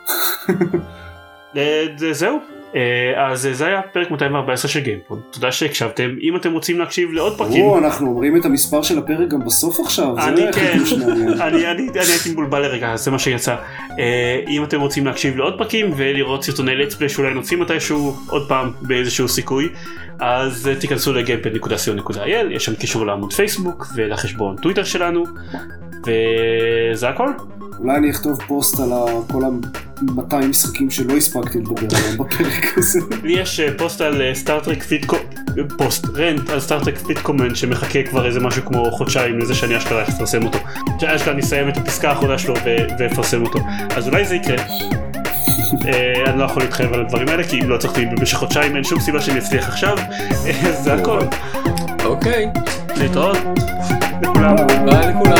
זהו. אז זה היה פרק 214 של גיימפוד. תודה שהקשבתם. אם אתם רוצים להקשיב לעוד פרקים, אנחנו אומרים את המספר של הפרק גם בסוף עכשיו. אני הייתי מבולבל לרגע, זה מה שיצא. אם אתם רוצים להקשיב לעוד פרקים ולראות סרטוני לטספליי שאולי נוציא מתישהו עוד פעם באיזשהו סיכוי, אז תיכנסו לגיימפד.co.il, יש שם קישור לעמוד פייסבוק ולחשבון טוויטר שלנו, וזה הכל. אולי אני אכתוב פוסט על כל ה-200 משחקים שלא הספקתי לדבר עליהם בפרק הזה. לי יש פוסט על סטארטרק רנט על סטארטרק פיט קומנד שמחכה כבר איזה משהו כמו חודשיים לזה שאני אשכרה אפרסם אותו. שאשכרה אני אסיים את הפסקה האחרונה שלו ואפרסם אותו. אז אולי זה יקרה. אני לא יכול להתחייב על הדברים האלה כי אם לא הצלחתי במשך חודשיים אין שום סיבה שאני אצליח עכשיו. זה הכל. אוקיי. להתראות לכולם. ביי לכולם.